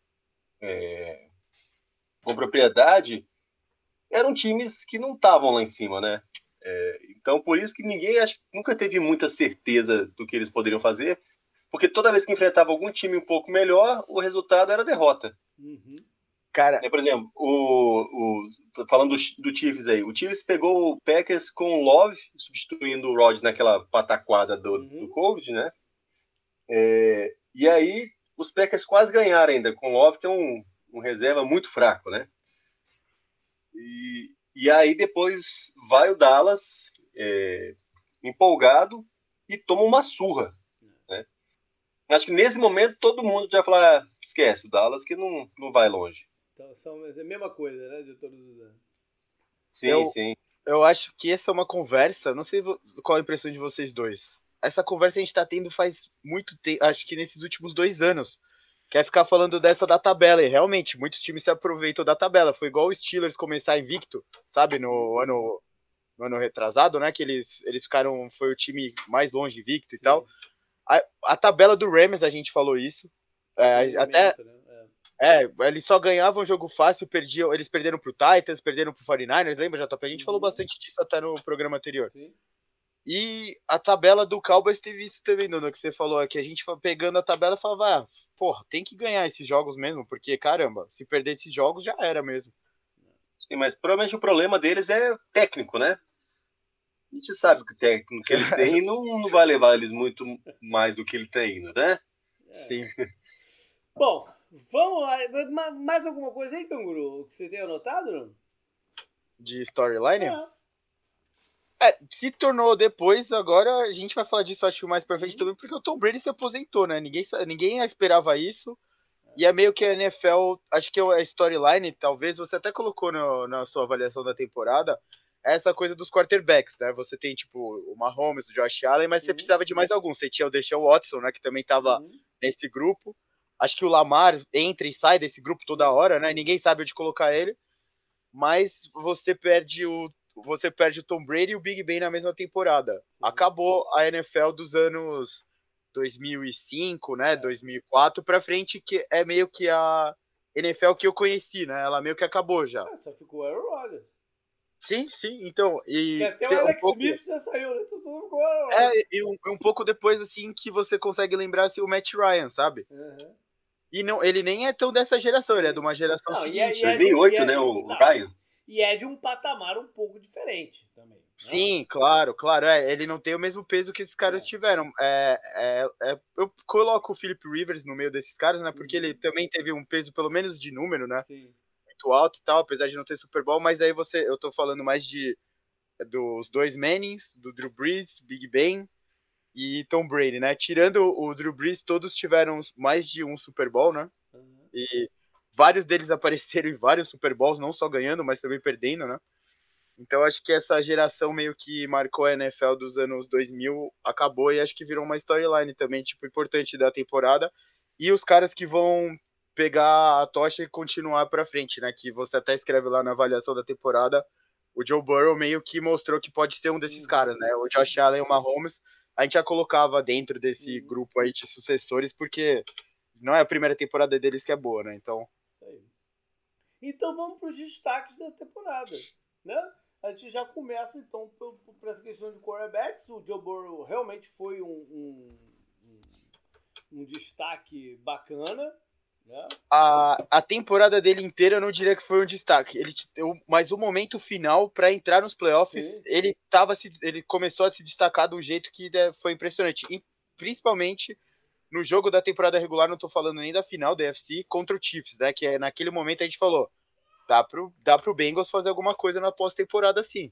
propriedade, eram times que não estavam lá em cima, né? Então, por isso que ninguém nunca teve muita certeza do que eles poderiam fazer, porque toda vez que enfrentava algum time um pouco melhor, o resultado era derrota. Cara, por exemplo, falando do Chiefs aí, o Chiefs pegou o Packers com o Love, substituindo o Rodgers naquela pataquada do Covid, né? E aí, os Packers quase ganharam ainda, com o Love, que é um reserva muito fraco, né? E aí depois vai o Dallas empolgado e toma uma surra, né? Acho que nesse momento todo mundo já fala, esquece, o Dallas que não vai longe. Então é a mesma coisa, né, de todos os anos. Sim. Eu acho que essa é uma conversa, não sei qual a impressão de vocês dois. Essa conversa a gente tá tendo faz muito tempo, acho que nesses últimos 2 anos. Quer ficar falando dessa da tabela, e realmente, muitos times se aproveitam da tabela. Foi igual o Steelers começar invicto, sabe, no ano retrasado, né, que eles ficaram, foi o time mais longe invicto e tal. A tabela do Rams, a gente falou isso, eles só ganhavam jogo fácil, eles perderam pro Titans, perderam pro 49ers, lembra, JP? A gente falou bastante disso até no programa anterior. Sim. E a tabela do Cowboys teve isso também, Nuno, que você falou, que a gente pegando a tabela falava, tem que ganhar esses jogos mesmo, porque, caramba, se perder esses jogos já era mesmo. Sim, mas provavelmente o problema deles é técnico, né? A gente sabe que o técnico que eles têm não vai levar eles muito mais do que ele tem indo, né? Sim. Bom, vamos lá. Mais alguma coisa aí, Canguru, que você tem anotado, não? De storyline? Se tornou depois, agora a gente vai falar disso, acho que mais pra frente também, porque o Tom Brady se aposentou, né? Ninguém esperava isso. E é meio que a NFL, acho que a storyline, talvez, você até colocou na sua avaliação da temporada, essa coisa dos quarterbacks, né? Você tem, tipo, o Mahomes, o Josh Allen, mas você precisava de mais alguns. Você tinha o Deshaun Watson, né? Que também tava nesse grupo. Acho que o Lamar entra e sai desse grupo toda hora, né? Ninguém sabe onde colocar ele. Mas você perde o Tom Brady e o Big Ben na mesma temporada. Acabou a NFL dos anos 2005, né? 2004 pra frente, que é meio que a NFL que eu conheci, né? Ela meio que acabou já. Só ficou o Aaron Rodgers. Sim, então. E até o Alex Smith já saiu, né? Tudo ficou o Aaron Rodgers. E um pouco depois, assim, que você consegue lembrar assim, o Matt Ryan, sabe? E não, ele nem é tão dessa geração, ele é de uma geração seguinte. 2008, né, o Ryan? E é de um patamar um pouco diferente também. Sim, né? claro. Ele não tem o mesmo peso que esses caras tiveram. Eu coloco o Philip Rivers no meio desses caras, né? Porque ele também teve um peso, pelo menos de número, né? Sim. Muito alto e tal, apesar de não ter Super Bowl, mas aí eu tô falando mais dos dois Mannings, do Drew Brees, Big Ben e Tom Brady, né? Tirando o Drew Brees, todos tiveram mais de um Super Bowl, né? Uhum. E vários deles apareceram em vários Super Bowls, não só ganhando, mas também perdendo, né? Então acho que essa geração meio que marcou a NFL dos anos 2000 acabou e acho que virou uma storyline também, tipo, importante da temporada. E os caras que vão pegar a tocha e continuar pra frente, né? Que você até escreve lá na avaliação da temporada, o Joe Burrow meio que mostrou que pode ser um desses caras, né? O Josh Allen e o Mahomes, a gente já colocava dentro desse grupo aí de sucessores, porque não é a primeira temporada deles que é boa, né? Então... Então vamos para os destaques da temporada, né? A gente já começa, então, por essa questão de quarterbacks. O Joe Burrow realmente foi um destaque bacana, né? A temporada dele inteira eu não diria que foi um destaque. Mas o momento final para entrar nos playoffs, ele começou a se destacar de um jeito que foi impressionante. E, principalmente no jogo da temporada regular, não tô falando nem da final da AFC, contra o Chiefs, né? Que naquele momento a gente falou, dá pro Bengals fazer alguma coisa na pós-temporada assim.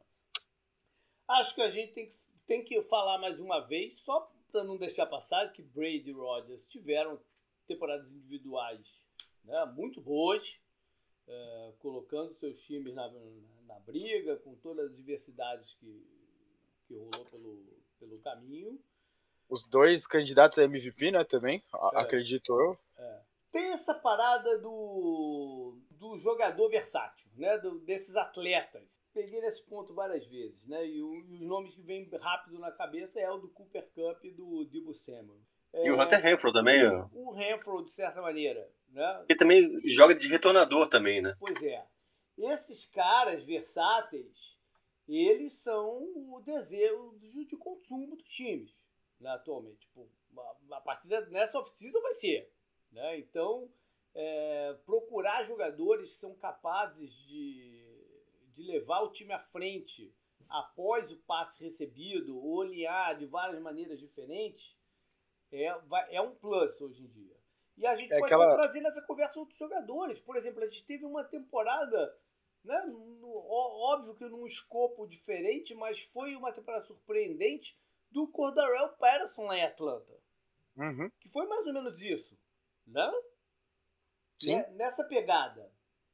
Acho que a gente tem que falar mais uma vez, só para não deixar passar, que Brady e Rodgers tiveram temporadas individuais, né, muito boas, colocando seus times na briga, com todas as diversidades que rolou pelo caminho. Os dois candidatos a MVP, né, também, acredito eu. Tem essa parada do jogador versátil, né, desses atletas. Peguei nesse ponto várias vezes, né, e os nomes que vêm rápido na cabeça é o do Cooper Kupp e do Deebo Samuel. E o Hunter Renfrow também. O Renfrow, de certa maneira. Né? Ele também joga de retornador também, né? Pois é. Esses caras versáteis, eles são o desejo de consumo dos times, né, atualmente. Tipo, a partir nessa off-season vai ser. Né? Então, procurar jogadores que são capazes de levar o time à frente após o passe recebido, ou olhar de várias maneiras diferentes, é um plus hoje em dia. E a gente pode trazer nessa conversa outros jogadores. Por exemplo, a gente teve uma temporada, né, óbvio que num escopo diferente, mas foi uma temporada surpreendente do Cordarrelle Patterson lá em Atlanta. Uhum. Que foi mais ou menos isso. Né? Sim. Nessa pegada.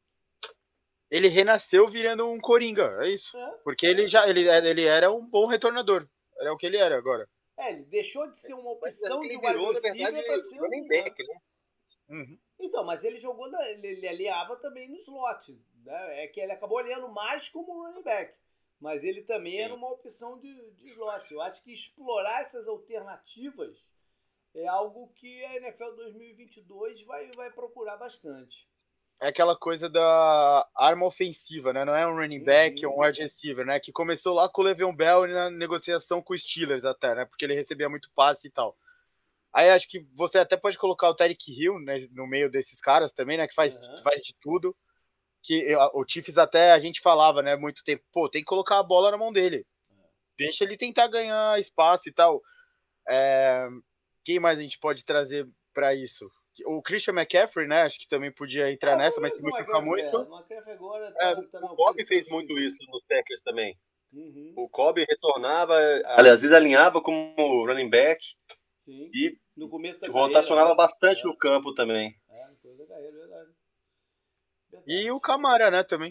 Ele renasceu virando um coringa, é isso. Porque ele era um bom retornador. É o que ele era agora. Ele deixou de ser uma opção de wide receiver para ser running back, né? Uhum. Então, mas ele jogou, ele aliava também no slot. Né? É que ele acabou aliando mais como running back. Mas ele também era uma opção de slot. Eu acho que explorar essas alternativas é algo que a NFL 2022 vai procurar bastante. É aquela coisa da arma ofensiva, né? Não é um running back, é um wide receiver, né? Que começou lá com o Le'Veon Bell na negociação com os Steelers até, né? Porque ele recebia muito passe e tal. Aí acho que você até pode colocar o Tyreek Hill, né, no meio desses caras também, né? Que faz de tudo. Que o Chiefs até a gente falava, né? Muito tempo, pô, tem que colocar a bola na mão dele. Deixa ele tentar ganhar espaço e tal. Quem mais a gente pode trazer para isso? O Christian McCaffrey, né? Acho que também podia entrar nessa, mas se machucar muito. O McCaffrey agora o Cobb fez muito isso nos Packers também. Uhum. O Cobb retornava, às vezes alinhava como running back. Sim. E no começo da rotacionava bastante no campo também. No começo da carreira, verdade. E o Camara, né, também.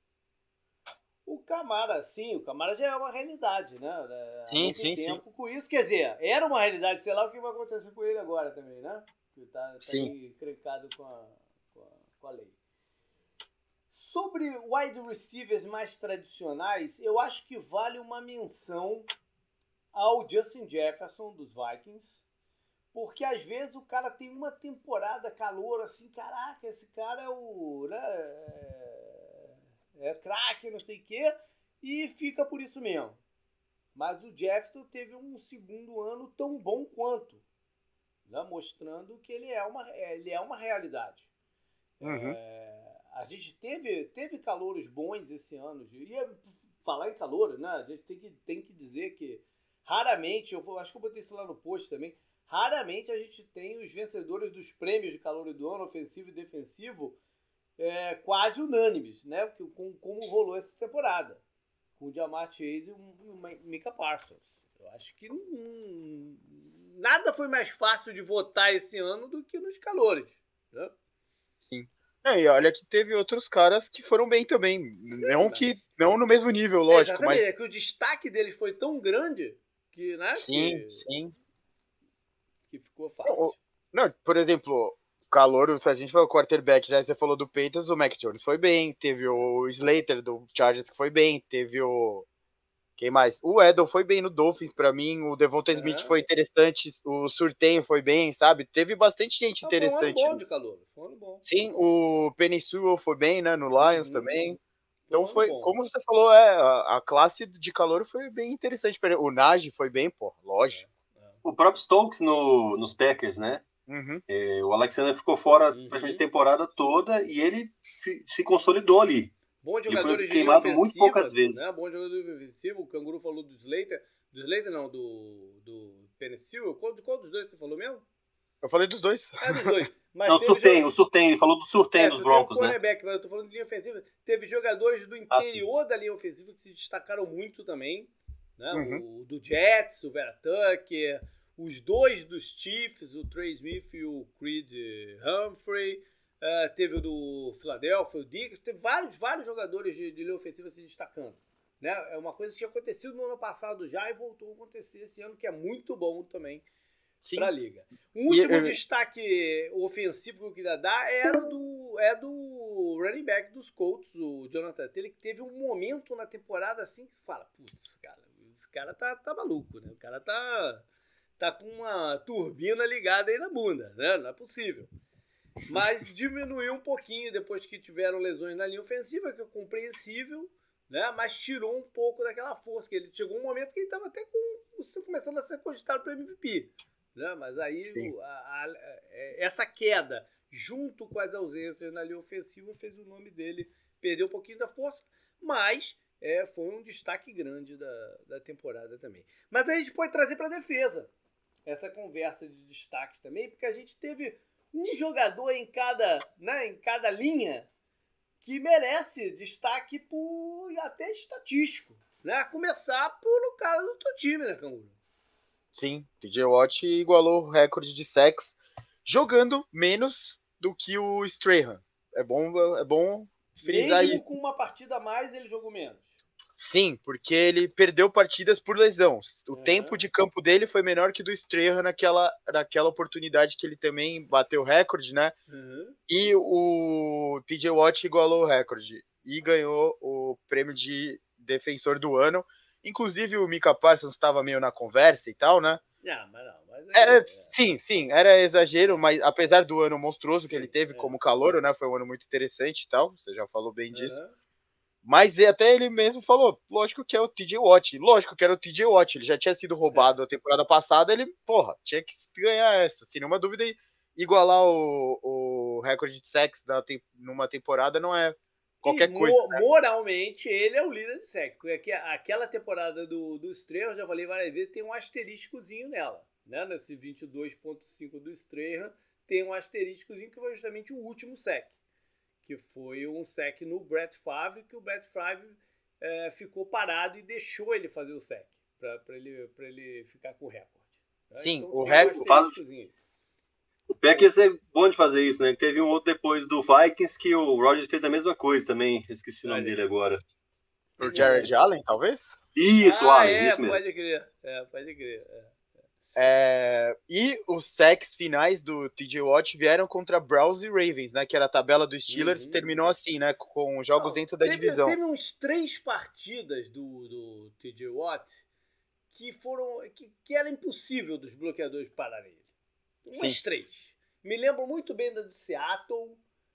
O Camara já é uma realidade, né? Sim. Tempo com isso, quer dizer, era uma realidade, sei lá o que vai acontecer com ele agora também, né? Que tá encrencado com a lei. Sobre wide receivers mais tradicionais, eu acho que vale uma menção ao Justin Jefferson, dos Vikings, porque às vezes o cara tem uma temporada calor, assim, caraca, esse cara é o... Né, craque, não sei o quê, e fica por isso mesmo. Mas o Jefferson teve um segundo ano tão bom quanto. né? Mostrando que ele é uma realidade. Uhum. A gente teve calouros bons esse ano. Ia falar em calouro, né? A gente tem que dizer que raramente, acho que eu botei isso lá no post também, raramente a gente tem os vencedores dos prêmios de calouro do ano, ofensivo e defensivo, quase unânimes, né? Como rolou essa temporada, com o Ja'Marr Chase e o Micah Parsons. Eu acho que nada foi mais fácil de votar esse ano do que nos calouros, né? Sim. E olha que teve outros caras que foram bem também. Sim, não no mesmo nível, lógico, mas... É que o destaque deles foi tão grande que, né? Sim. Que ficou fácil. Não, por exemplo, calouro, se a gente falou quarterback, já você falou do Patriots, o Mac Jones foi bem, teve o Slater do Chargers que foi bem, teve o... Quem mais? O Edel foi bem no Dolphins pra mim, o Devonta Smith foi interessante, o Surtain foi bem, sabe? Teve bastante gente interessante. Foi um ano bom de calor, foi um ano bom. Sim, o Penei Sewell foi bem, né, no Lions também. Então foi, como você falou, a classe de calor foi bem interessante. O Najee foi bem, pô, lógico. O próprio Stokes nos Packers, né? Uhum. O Alexander ficou fora praticamente a temporada toda e ele se consolidou ali. Bom ele foi queimado muito poucas vezes. Né? Bom jogador ofensivo. O Canguru falou do Slater. Do Slater não, do Penei Sewell. Qual dos dois você falou mesmo? Eu falei dos dois. Dos dois. Mas não, o Surtain, ele falou do Surtain dos Broncos, né? Mas eu tô falando de linha ofensiva. Teve jogadores do interior da linha ofensiva que se destacaram muito também. Né? O do Jets, o Vera Tucker, os dois dos Chiefs, o Trey Smith e o Creed Humphrey. Teve o do Philadelphia, o Diggs. Teve vários jogadores de linha ofensiva se destacando. Né? É uma coisa que tinha acontecido no ano passado já e voltou a acontecer esse ano, que é muito bom também para a liga. O último destaque ofensivo que eu queria dar é do running back dos Colts, o Jonathan Taylor, que teve um momento na temporada assim que fala, putz, cara, esse cara tá maluco, né? O cara tá com uma turbina ligada aí na bunda, né? Não é possível. Mas diminuiu um pouquinho depois que tiveram lesões na linha ofensiva, que é compreensível, né? Mas tirou um pouco daquela força, que ele chegou um momento que ele estava até começando a ser cogitado para MVP. Né? Mas aí essa queda, junto com as ausências na linha ofensiva, fez o nome dele perder um pouquinho da força, mas foi um destaque grande da temporada também. Mas aí a gente pode trazer para a defesa essa conversa de destaques também, porque a gente teve um jogador em cada linha que merece destaque até estatístico, né? A começar no cara do teu time, né, Canguru? Sim, TJ Watt igualou o recorde de sacks jogando menos do que o Strahan. É bom frisar mesmo isso. Com uma partida a mais, ele jogou menos. Sim, porque ele perdeu partidas por lesão. O tempo de campo dele foi menor que do Strahan naquela oportunidade que ele também bateu o recorde, né? E o TJ Watt igualou o recorde e ganhou o prêmio de defensor do ano. Inclusive o Micah Parsons estava meio na conversa e tal, né? Sim, era exagero, mas apesar do ano monstruoso que ele teve como calouro, né? Foi um ano muito interessante e tal, você já falou bem disso. Mas até ele mesmo falou, lógico que é o TJ Watt, ele já tinha sido roubado a temporada passada, ele, tinha que ganhar essa, sem nenhuma dúvida, e igualar o recorde de sacks numa temporada não é qualquer coisa. Moralmente, ele é o líder de sacks, porque aquela temporada do Strahan, eu já falei várias vezes, tem um asteriscozinho nela, né? Nesse 22.5 do Strahan, tem um asteriscozinho que foi justamente o último sack, que foi um sack no Brett Favre, que o Brett Favre ficou parado e deixou ele fazer o sack, para ele ficar com o recorde. Né? Sim, então, o recorde... O Packers é bom de fazer isso, né? Teve um outro depois do Vikings que o Rodgers fez a mesma coisa também. Esqueci o nome dele agora. O Jared Allen, talvez? Isso, o Allen, isso mesmo. Pode crer. Pode crer. E os sacks finais do TJ Watt vieram contra Browns e Ravens, né? Que era a tabela dos Steelers, terminou assim, né? Com jogos dentro da divisão. Teve uns 3 partidas do TJ Watt que era impossível dos bloqueadores pararem ele. Umas 3. Me lembro muito bem da do Seattle.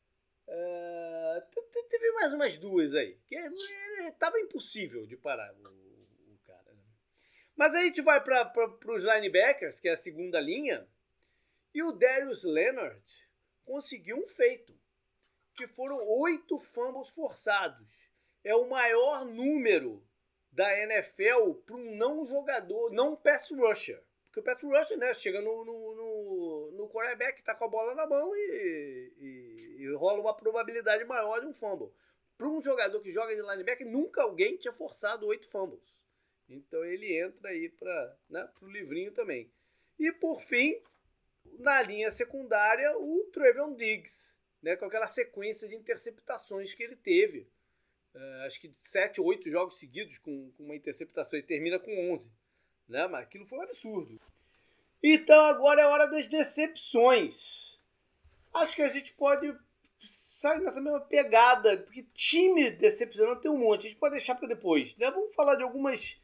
Teve mais umas 2 aí. Que tava impossível de parar o cara. Né? Mas aí a gente vai para os linebackers, que é a segunda linha. E o Darius Leonard conseguiu um feito, que foram 8 fumbles forçados. É o maior número da NFL para um não jogador, não pass rusher. Porque o pass rusher, né, chega no quarterback, tá com a bola na mão e rola uma probabilidade maior de um fumble. Para um jogador que joga de linebacker, nunca alguém tinha forçado 8 fumbles. Então ele entra aí para, né, o livrinho também. E por fim, na linha secundária, o Trevon Diggs, né, com aquela sequência de interceptações que ele teve. Acho que de 7 ou 8 jogos seguidos com uma interceptação. Ele termina com 11. Né? Mas aquilo foi um absurdo. Então agora é hora das decepções. Acho que a gente pode sair nessa mesma pegada, porque time decepcionante tem um monte. A gente pode deixar para depois. Né? Vamos falar de algumas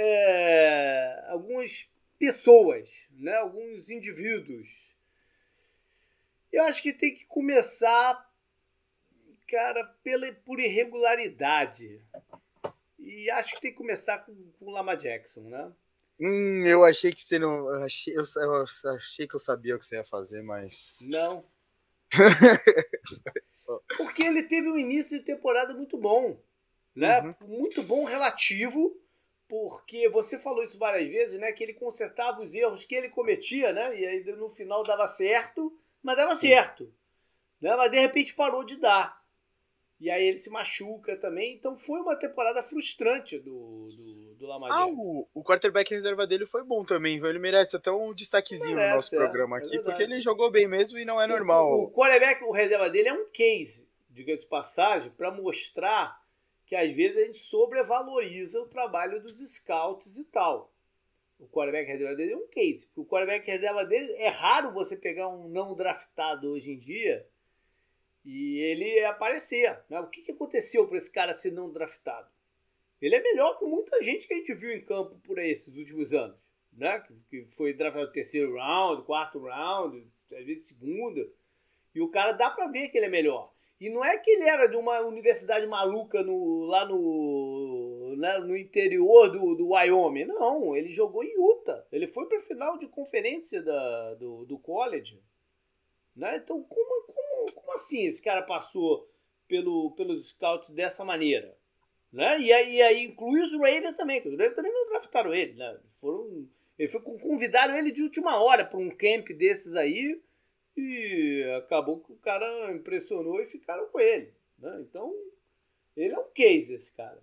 pessoas, né? Alguns indivíduos. Eu acho que tem que começar, cara, por irregularidade. E acho que tem que começar com o Lamar Jackson, né? Eu achei que você não. Eu achei que eu sabia o que você ia fazer, mas. Não. Porque ele teve um início de temporada muito bom. Né? Uhum. Muito bom relativo. Porque você falou isso várias vezes, né? Que ele consertava os erros que ele cometia, né? E aí no final dava certo, mas dava certo. Né? Mas de repente parou de dar. E aí ele se machuca também. Então foi uma temporada frustrante do Lamar Jackson. O quarterback reserva dele foi bom também. Ele merece até um destaquezinho no nosso programa aqui, porque ele jogou bem mesmo e não é normal. O quarterback, o reserva dele é um case, diga-se de passagem, para mostrar que às vezes a gente sobrevaloriza o trabalho dos scouts e tal. O quarterback reserva dele é um case. Porque o quarterback reserva dele, é raro você pegar um não draftado hoje em dia e ele aparecer. Né? O que aconteceu para esse cara ser não draftado? Ele é melhor que muita gente que a gente viu em campo por aí esses últimos anos. Né? Que foi draftado no 3º round, 4º round, às vezes 2º. E o cara dá para ver que ele é melhor. E não é que ele era de uma universidade maluca lá no interior do Wyoming. Não, ele jogou em Utah. Ele foi para a final de conferência do college. Né? Então, como assim esse cara passou pelos scouts dessa maneira? Né? E aí inclui os Ravens também, porque os Ravens também não draftaram ele. Né? Convidaram ele de última hora para um camp desses aí e acabou que o cara impressionou e ficaram com ele. Né? Então, ele é um case, esse cara.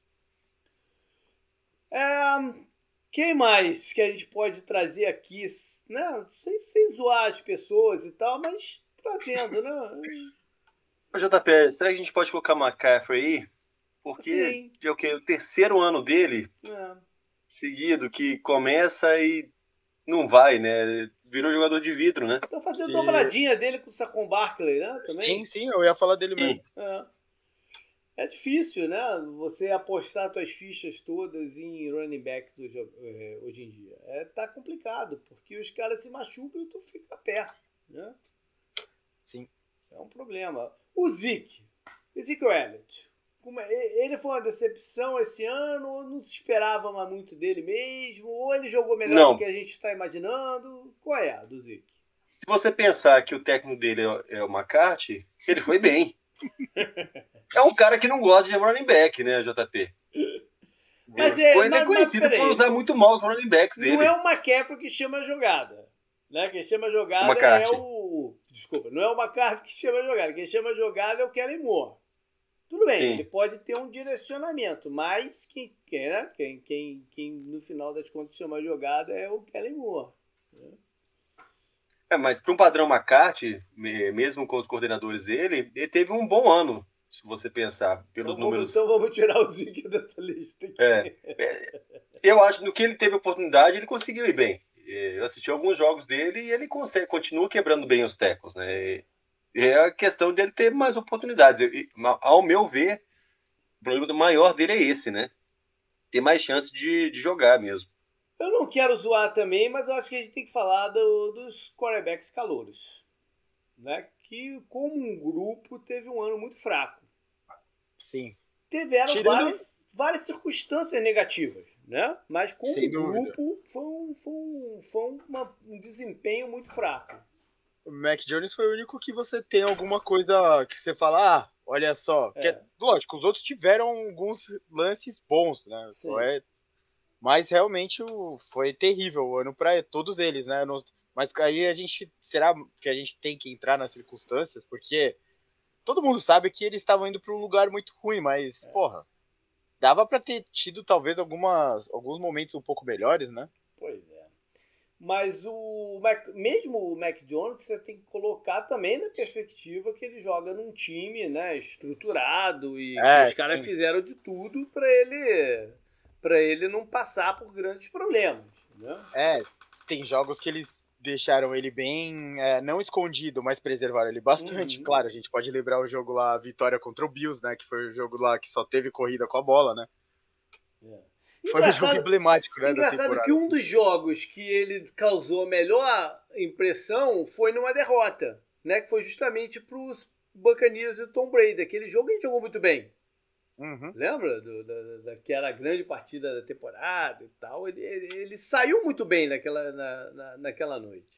Quem mais que a gente pode trazer aqui? Né? Sem zoar as pessoas e tal, mas trazendo, né? Ô, JP, será que a gente pode colocar McCaffrey aí? Porque é o terceiro ano dele seguido que começa e não vai, né? Virou jogador de vidro, né? Tá fazendo dobradinha dele com o Saquon Barkley, né? Também. Sim, eu ia falar dele mesmo. É difícil, né? Você apostar suas fichas todas em running backs hoje em dia. Tá complicado, porque os caras se machucam e tu fica perto, né? Sim. É um problema. O Ezekiel Elliott. Ele foi uma decepção esse ano, ou não se esperava mais muito dele mesmo, ou ele jogou melhor do que a gente está imaginando? Qual é a do Zeke? Se você pensar que o técnico dele é o McCarthy, ele foi bem. É um cara que não gosta de running back, né, JP? Mas ele é conhecido por usar muito mal os running backs dele. Não é o McCaffrey que chama a jogada. Né? Quem chama a jogada é o... Desculpa, não é o McCarthy que chama a jogada. Quem chama a jogada é o Kellen Moore. Tudo bem, ele pode ter um direcionamento, mas quem no final das contas chama a jogada é o Kellen Moore. Mas para um padrão McCarthy, mesmo com os coordenadores dele, ele teve um bom ano, se você pensar, pelos números. Então vamos tirar o Zeke dessa lista aqui. Eu acho que no que ele teve oportunidade, ele conseguiu ir bem. Eu assisti alguns jogos dele e ele continua quebrando bem os tackles, né? É a questão dele ter mais oportunidades. Ao meu ver, o problema maior dele é esse, né? Ter mais chance de jogar mesmo. Eu não quero zoar também, mas eu acho que a gente tem que falar dos quarterbacks calouros. Né? Que, como um grupo, teve um ano muito fraco. Sim. Tiveram várias circunstâncias negativas, né? Mas como grupo, foi um desempenho muito fraco. O Mac Jones foi o único que você tem alguma coisa que você fala, olha só. Lógico, os outros tiveram alguns lances bons, né? Mas realmente foi terrível o ano para todos eles, né? Mas aí será que a gente tem que entrar nas circunstâncias? Porque todo mundo sabe que eles estavam indo para um lugar muito ruim, mas, porra, dava para ter tido talvez alguns momentos um pouco melhores, né? Pois é. Mas mesmo o Mac Jones, você tem que colocar também na perspectiva que ele joga num time, né, estruturado e que os caras fizeram de tudo para ele não passar por grandes problemas, né? Tem jogos que eles deixaram ele bem, não escondido, mas preservaram ele bastante. Claro, a gente pode lembrar o jogo lá, a vitória contra o Bills, né, que foi o jogo lá que só teve corrida com a bola, né? Foi um jogo emblemático, né, da temporada. Que um dos jogos que ele causou a melhor impressão foi numa derrota, né? Que foi justamente para os Buccaneers e Tom Brady. Aquele jogo ele jogou muito bem. Lembra? Daquela grande partida da temporada e tal. Ele saiu muito bem naquela noite.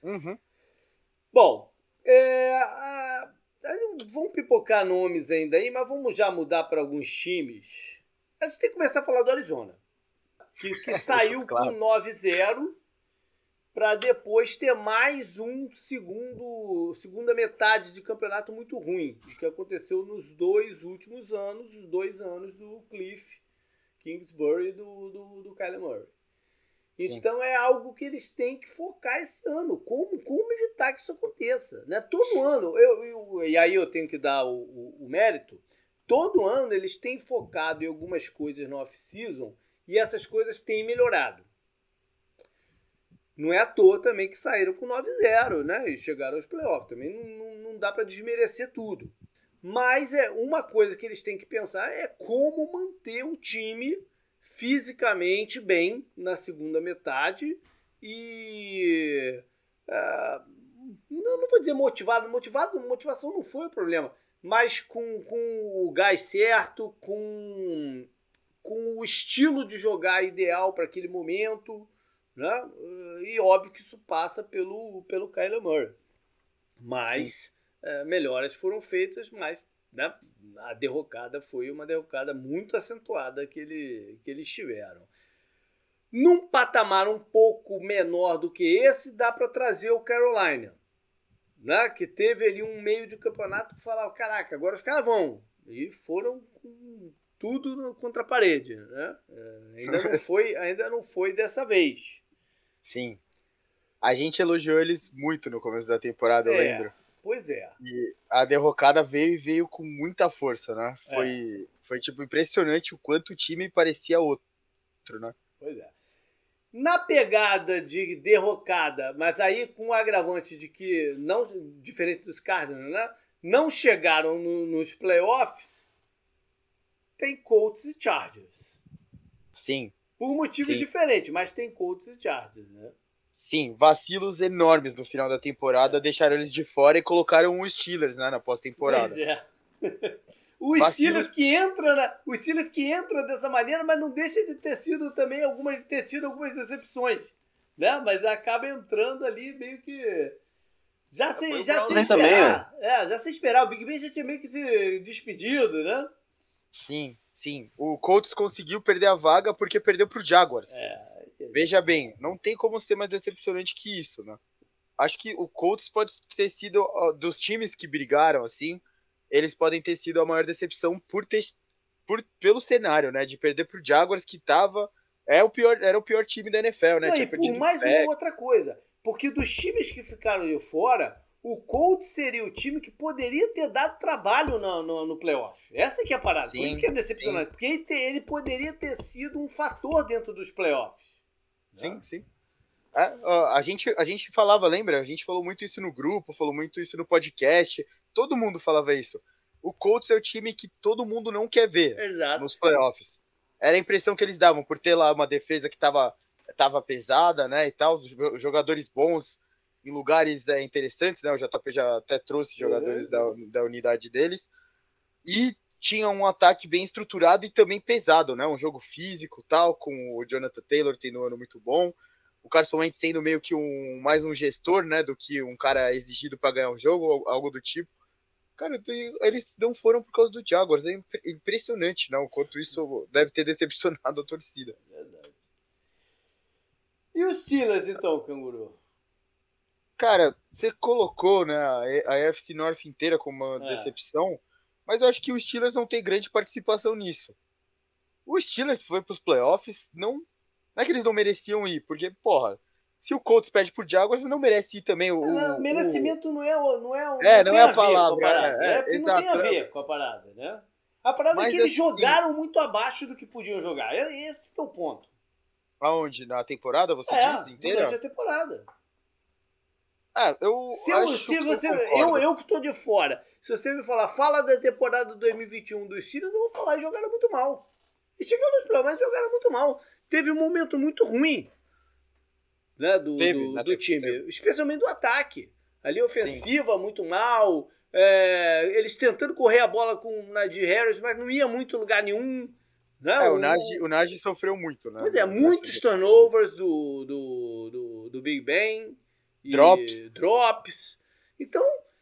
Bom, vamos pipocar nomes ainda aí, mas vamos já mudar para alguns times. A gente tem que começar a falar do Arizona, que saiu com 9-0 para depois ter mais segunda metade de campeonato muito ruim, o que aconteceu nos 2 últimos anos, os 2 anos do Cliff Kingsbury e do Kyler Murray. Sim. Então é algo que eles têm que focar esse ano. Como evitar que isso aconteça? Né? Todo ano, e aí eu tenho que dar o mérito, todo ano eles têm focado em algumas coisas no off-season e essas coisas têm melhorado. Não é à toa também que saíram com 9-0, né? E chegaram aos playoffs. Também não dá para desmerecer tudo. Mas uma coisa que eles têm que pensar é como manter o time fisicamente bem na segunda metade e não vou dizer motivação não foi o problema, mas com o gás certo, com o estilo de jogar ideal para aquele momento, né? E óbvio que isso passa pelo Kyler Murray. Mas melhoras foram feitas, mas né, a derrocada foi uma derrocada muito acentuada que eles tiveram. Num patamar um pouco menor do que esse, dá para trazer o Carolina, né, que teve ali um meio de campeonato que falava, caraca, agora os caras vão. E foram com tudo contra a parede. Né? Ainda não foi dessa vez. Sim. A gente elogiou eles muito no começo da temporada, eu lembro. Pois é. E a derrocada veio com muita força, né? Foi tipo impressionante o quanto o time parecia outro, né? Pois é. Na pegada de derrocada, mas aí com o agravante de que, não diferente dos Cardinals, né? Não chegaram nos playoffs, tem Colts e Chargers. Sim. Por motivos diferentes, mas tem Colts e Chargers, né? Sim, vacilos enormes no final da temporada, deixaram eles de fora e colocaram os Steelers, né, na pós-temporada. Pois é. Os Steelers que entra dessa maneira, mas não deixa de ter sido também ter tido algumas decepções, né? Mas acaba entrando ali meio que já se esperar. Também, já se esperar. O Big Ben já tinha meio que se despedido, né? Sim. O Colts conseguiu perder a vaga porque perdeu pro Jaguars. Veja bem, não tem como ser mais decepcionante que isso, né? Acho que o Colts pode ter sido, dos times que brigaram, assim, eles podem ter sido a maior decepção pelo cenário, né? De perder pro Jaguars, que era o pior time da NFL, né? Não, e por mais uma outra coisa, porque dos times que ficaram de fora, o Colts seria o time que poderia ter dado trabalho no playoff. Essa que é a parada. Sim, por isso que é decepcionante. Sim. Porque ele poderia ter sido um fator dentro dos playoffs. Sim. A gente falava, lembra? A gente falou muito isso no grupo, falou muito isso no podcast. Todo mundo falava isso. O Colts é o time que todo mundo não quer ver. Exato. Nos playoffs. Era a impressão que eles davam, por ter lá uma defesa que tava pesada, né, e tal, jogadores bons em lugares interessantes, né? O JP já até trouxe jogadores da unidade deles. E tinha um ataque bem estruturado e também pesado, né? Um jogo físico, tal, com o Jonathan Taylor tendo um ano muito bom. o Carson Wentz sendo meio que mais um gestor, né, do que um cara exigido para ganhar um jogo, algo do tipo. Cara, eles não foram por causa do Jaguars. É impressionante, não? O quanto isso deve ter decepcionado a torcida. Verdade. E os Steelers, então, Canguru? Cara, você colocou, né, a AFC North inteira como uma decepção, mas eu acho que os Steelers não tem grande participação nisso. O Steelers foi pros playoffs, não é que eles não mereciam ir, porque, porra, se o Colts pede por Jaguars, não merece ir também. Merecimento não é não é a palavra. Exato. Não tem a ver com a parada, né? A parada é que eles jogaram muito abaixo do que podiam jogar. Esse é o ponto. Aonde? Na temporada, você diz? Inteira? Durante a temporada. Eu que tô de fora. Se você me fala da temporada 2021 dos Steelers, eu vou falar, eles jogaram muito mal. E chegaram nos playoffs, jogaram muito mal. Teve um momento muito ruim, né, do time, especialmente do ataque. Ali ofensiva, muito mal. Eles tentando correr a bola com o Najee Harris, mas não ia muito lugar nenhum. Né? O Najee sofreu muito, né? Pois muitos turnovers do Big Ben. Drops. Então,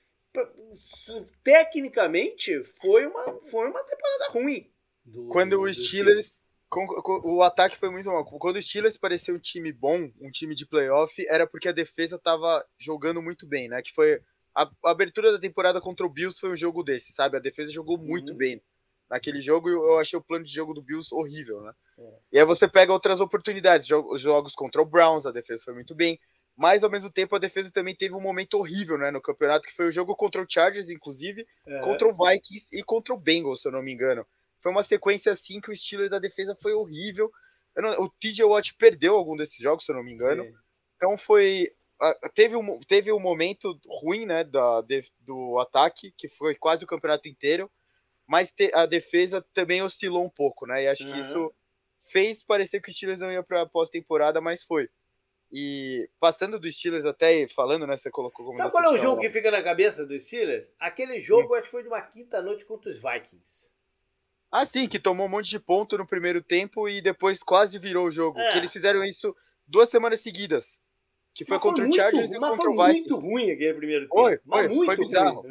tecnicamente, foi uma temporada ruim. Quando o Steelers... O ataque foi muito mal. Quando o Steelers parecia um time bom, um time de playoff, era porque a defesa tava jogando muito bem, né? Que foi a abertura da temporada contra o Bills foi um jogo desse, sabe? A defesa jogou muito bem naquele jogo e eu achei o plano de jogo do Bills horrível, né? E aí você pega outras oportunidades, jogos contra o Browns, a defesa foi muito bem, mas ao mesmo tempo a defesa também teve um momento horrível, né, no campeonato, que foi o jogo contra o Chargers, inclusive, contra o Vikings e contra o Bengals, se eu não me engano. Foi uma sequência assim que o Steelers da defesa foi horrível. O TJ Watt perdeu algum desses jogos, se eu não me engano. Então teve um momento ruim, né, do ataque, que foi quase o campeonato inteiro, mas a defesa também oscilou um pouco, né? E acho que isso fez parecer que o Steelers não ia para a pós-temporada, mas foi. E passando do Steelers até falando, né, você colocou como decepção. Sabe qual é o jogo que fica na cabeça dos Steelers? Aquele jogo, acho que foi de uma quinta-noite contra os Vikings. Sim, que tomou um monte de ponto no primeiro tempo e depois quase virou o jogo. Que eles fizeram isso 2 semanas seguidas. Que foi contra o Chargers e contra o Vikings. Foi muito ruim aquele primeiro tempo. Foi bizarro.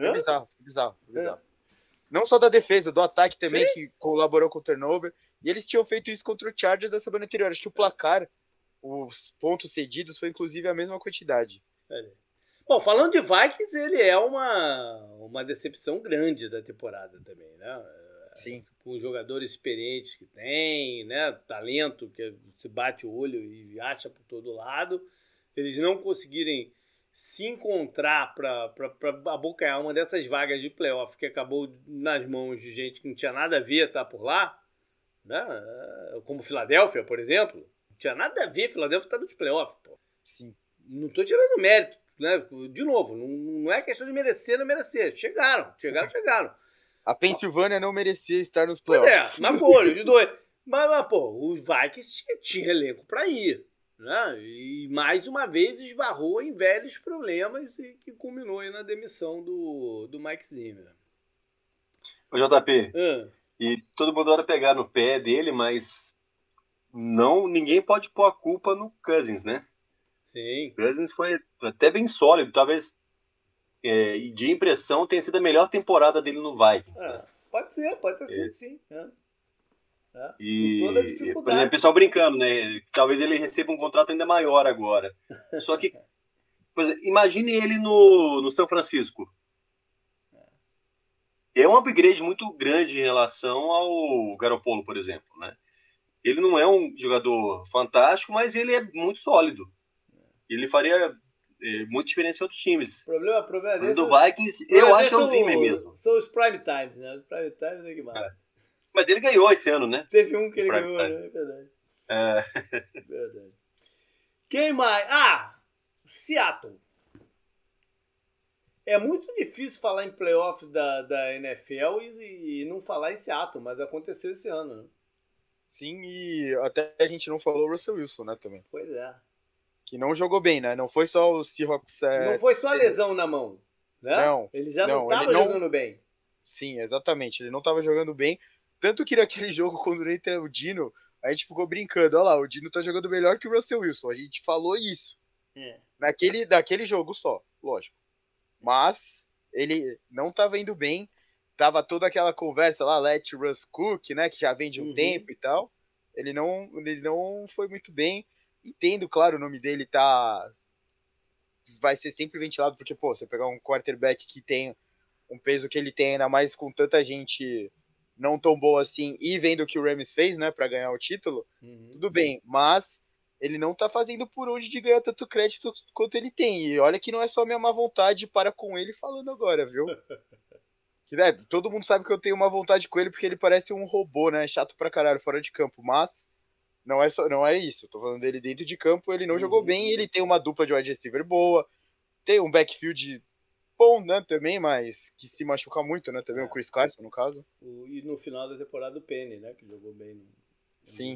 Não só da defesa, do ataque também, que colaborou com o turnover. E eles tinham feito isso contra o Chargers da semana anterior. Acho que o placar, os pontos cedidos, foi inclusive a mesma quantidade. Bom, falando de Vikings, ele é uma decepção grande da temporada também, né? Sim. Com os jogadores experientes que tem, né? Talento que você bate o olho e acha por todo lado. Eles não conseguirem se encontrar para abocanhar uma dessas vagas de playoff que acabou nas mãos de gente que não tinha nada a ver estar por lá, né? Como Filadélfia, por exemplo. Não tinha nada a ver, Filadélfia está nos playoffs. Pô. Sim. Não estou tirando mérito, né? De novo, não é questão de merecer ou não merecer. Chegaram. A Pensilvânia não merecia estar nos playoffs. Mas foram, de dois. Mas, pô, o Vikings tinha elenco para ir. Né? E mais uma vez esbarrou em velhos problemas e que culminou aí na demissão do Mike Zimmer. O JP, e todo mundo adora pegar no pé dele, mas ninguém pode pôr a culpa no Cousins, né? Sim. Cousins foi até bem sólido, talvez de impressão tenha sido a melhor temporada dele no Vikings. Né? Pode ser, sim. E, por exemplo, o pessoal brincando, né? Talvez ele receba um contrato ainda maior agora. Só que, por exemplo, imagine ele no São Francisco. É um upgrade muito grande em relação ao Garoppolo, por exemplo, né? Ele não é um jogador fantástico, mas ele é muito sólido. Ele faria muita diferença em outros times. O problema dele do Vikings, eu acho que é o Zimmer mesmo. São os prime times, né? Os prime times é que mais. Mas ele ganhou esse ano, né? Teve um que ele ganhou, né? É verdade. Verdade. Quem mais? Seattle. É muito difícil falar em playoff da NFL e não falar em Seattle, mas aconteceu esse ano, né? Sim, e até a gente não falou o Russell Wilson, né, também. Pois é. Que não jogou bem, né? Não foi só o Seahawks... Não foi só a lesão na mão, né? Não. Ele já não estava jogando bem. Sim, exatamente. Ele não estava jogando bem. Tanto que naquele jogo, quando ele entra o Dino, a gente ficou brincando, olha lá, o Dino tá jogando melhor que o Russell Wilson. A gente falou isso. Naquele jogo só, lógico. Mas ele não tava indo bem. Tava toda aquela conversa lá, let Russ cook, né? Que já vem de um tempo e tal. Ele não foi muito bem. Entendo, claro, o nome dele vai ser sempre ventilado, porque, pô, você pegar um quarterback que tem um peso que ele tem, ainda mais com tanta gente não tão boa assim, e vendo o que o Rams fez, né, pra ganhar o título, tudo bem, mas ele não tá fazendo por onde de ganhar tanto crédito quanto ele tem, e olha que não é só minha má vontade para com ele falando agora, viu? Que, né, todo mundo sabe que eu tenho uma vontade com ele porque ele parece um robô, né, chato pra caralho fora de campo, mas não é isso, eu tô falando dele dentro de campo, ele não jogou bem, ele tem uma dupla de wide receiver boa, tem um backfield bom, né, também, mas que se machuca muito, né, também o Chris Carson, no caso. E no final da temporada o Penny, né, que jogou bem. Sim.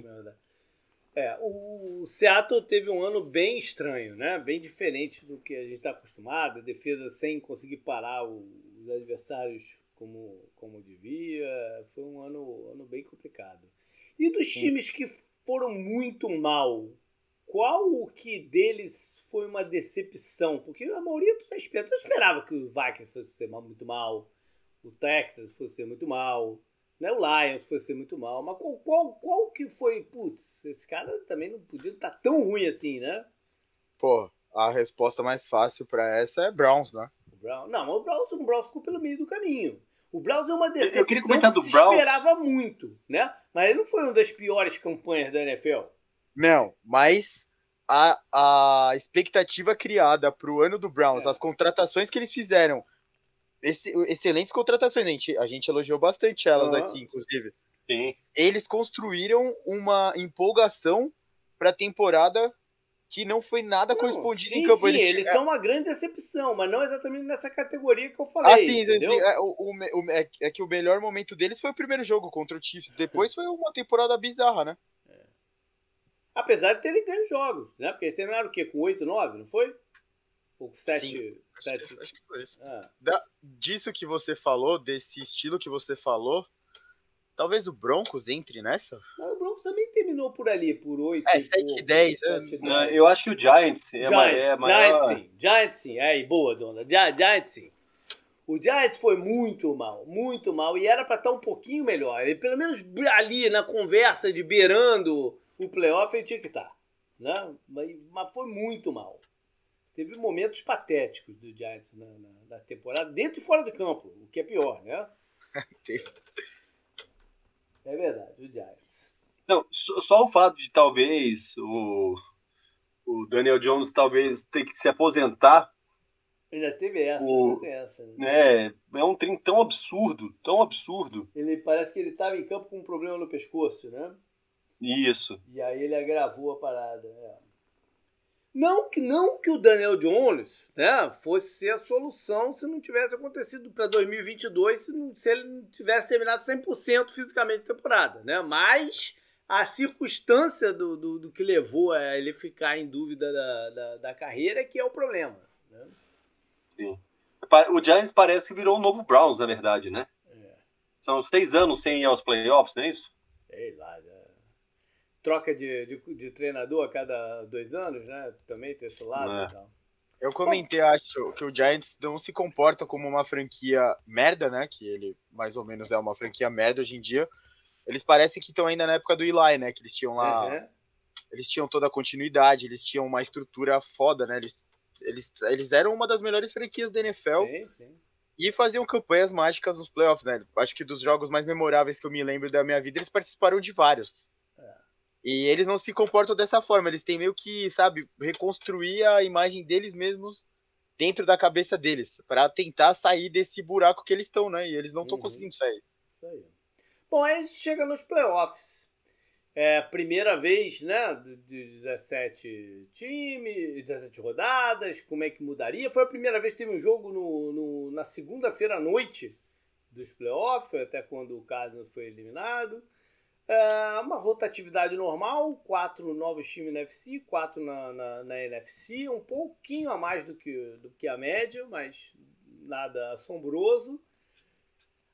O Seattle teve um ano bem estranho, né, bem diferente do que a gente está acostumado, a defesa sem conseguir parar os adversários como devia, foi um ano bem complicado. E dos times que foram muito mal, qual o que deles foi uma decepção? Porque a maioria tu esperava que o Vikings fosse ser muito mal, o Texas fosse ser muito mal, né? O Lions fosse ser muito mal. Mas qual que foi? Putz, esse cara também não podia estar tão ruim assim, né? Pô, a resposta mais fácil pra essa é Browns, né? Não, mas o Browns ficou pelo meio do caminho. O Browns é uma decepção Eu queria comentar do se Browns. esperava muito, né? Mas ele não foi uma das piores campanhas da NFL. Não, mas a expectativa criada pro ano do Browns, as contratações que eles fizeram, excelentes contratações, a gente elogiou bastante elas aqui, inclusive. Sim. Eles construíram uma empolgação pra temporada que não foi nada correspondido em campo. Sim, eles são uma grande decepção, mas não exatamente nessa categoria que eu falei. Sim. É que o melhor momento deles foi o primeiro jogo contra o Chiefs. Depois foi uma temporada bizarra, né? Apesar de terem ganho jogos, né? Porque eles terminaram o quê? Com 8-9, não foi? Ou 7? Sim, acho que foi isso. Disso que você falou, desse estilo que você falou, talvez o Broncos entre nessa? Não, o Broncos também terminou por ali, por 8. 7-10. Eu acho que o Giants é maior. Giants sim. Aí, boa, dona. Giants sim. O Giants foi muito mal. E era pra estar um pouquinho melhor. Ele, pelo menos ali na conversa de beirando o playoff, ele tinha que estar. Né? Mas foi muito mal. Teve momentos patéticos do Giants na temporada, dentro e fora do campo, o que é pior, né? É verdade, o Giants. Não, só o fato de talvez o Daniel Jones talvez ter que se aposentar. Ainda teve essa. Né? É um trem tão absurdo. Ele parece que ele estava em campo com um problema no pescoço, né? Isso. E aí ele agravou a parada. Não que o Daniel Jones, né, fosse ser a solução se não tivesse acontecido para 2022, se ele não tivesse terminado 100% fisicamente a temporada, né? Mas a circunstância do que levou a ele ficar em dúvida da carreira é que é o problema, né? Sim. O Giants parece que virou um novo Browns, na verdade, né? São 6 anos sem ir aos playoffs, não é isso? Sei lá, troca de treinador a cada 2 anos, né? Também tem esse lado e tal. Eu comentei, acho, que o Giants não se comporta como uma franquia merda, né? Que ele, mais ou menos, é uma franquia merda hoje em dia. Eles parecem que estão ainda na época do Eli, né? Que eles tinham lá... Eles tinham toda a continuidade, eles tinham uma estrutura foda, né? Eles eram uma das melhores franquias da NFL. Sim. E faziam campanhas mágicas nos playoffs, né? Acho que dos jogos mais memoráveis que eu me lembro da minha vida, eles participaram de vários. E eles não se comportam dessa forma, eles têm meio que, sabe, reconstruir a imagem deles mesmos dentro da cabeça deles, para tentar sair desse buraco que eles estão, né? E eles não estão conseguindo sair. Isso aí. Bom, aí a gente chega nos playoffs. Primeira vez, né, de 17 times, 17 rodadas, como é que mudaria? Foi a primeira vez que teve um jogo na segunda-feira à noite dos playoffs, até quando o Cardinals foi eliminado. Uma rotatividade normal, 4 novos times na NFC, 4 na NFC, um pouquinho a mais do que a média, mas nada assombroso.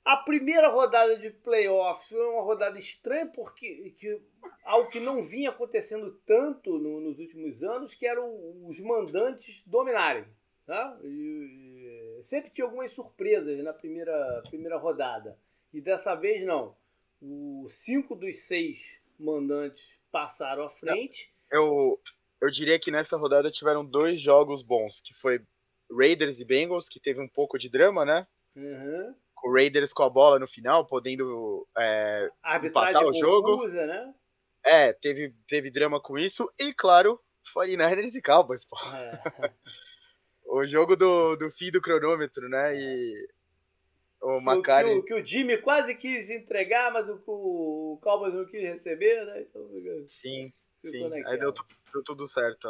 A primeira rodada de playoffs foi uma rodada estranha, porque algo que não vinha acontecendo tanto nos últimos anos, que eram os mandantes dominarem. Tá? Sempre tinha algumas surpresas na primeira rodada. E dessa vez não. 5 dos 6 mandantes passaram à frente. Eu diria que nessa rodada tiveram 2 jogos bons, que foi Raiders e Bengals, que teve um pouco de drama, né? Uhum. O Raiders com a bola no final, podendo empatar o jogo. Confusa, né? Teve drama com isso. E, claro, 49ers e Cowboys, pô. O jogo do fim do cronômetro, né? E o McCartney... Que o Jimmy quase quis entregar, mas o Cowboys não quis receber, né? Então, sim. Aí deu tudo certo.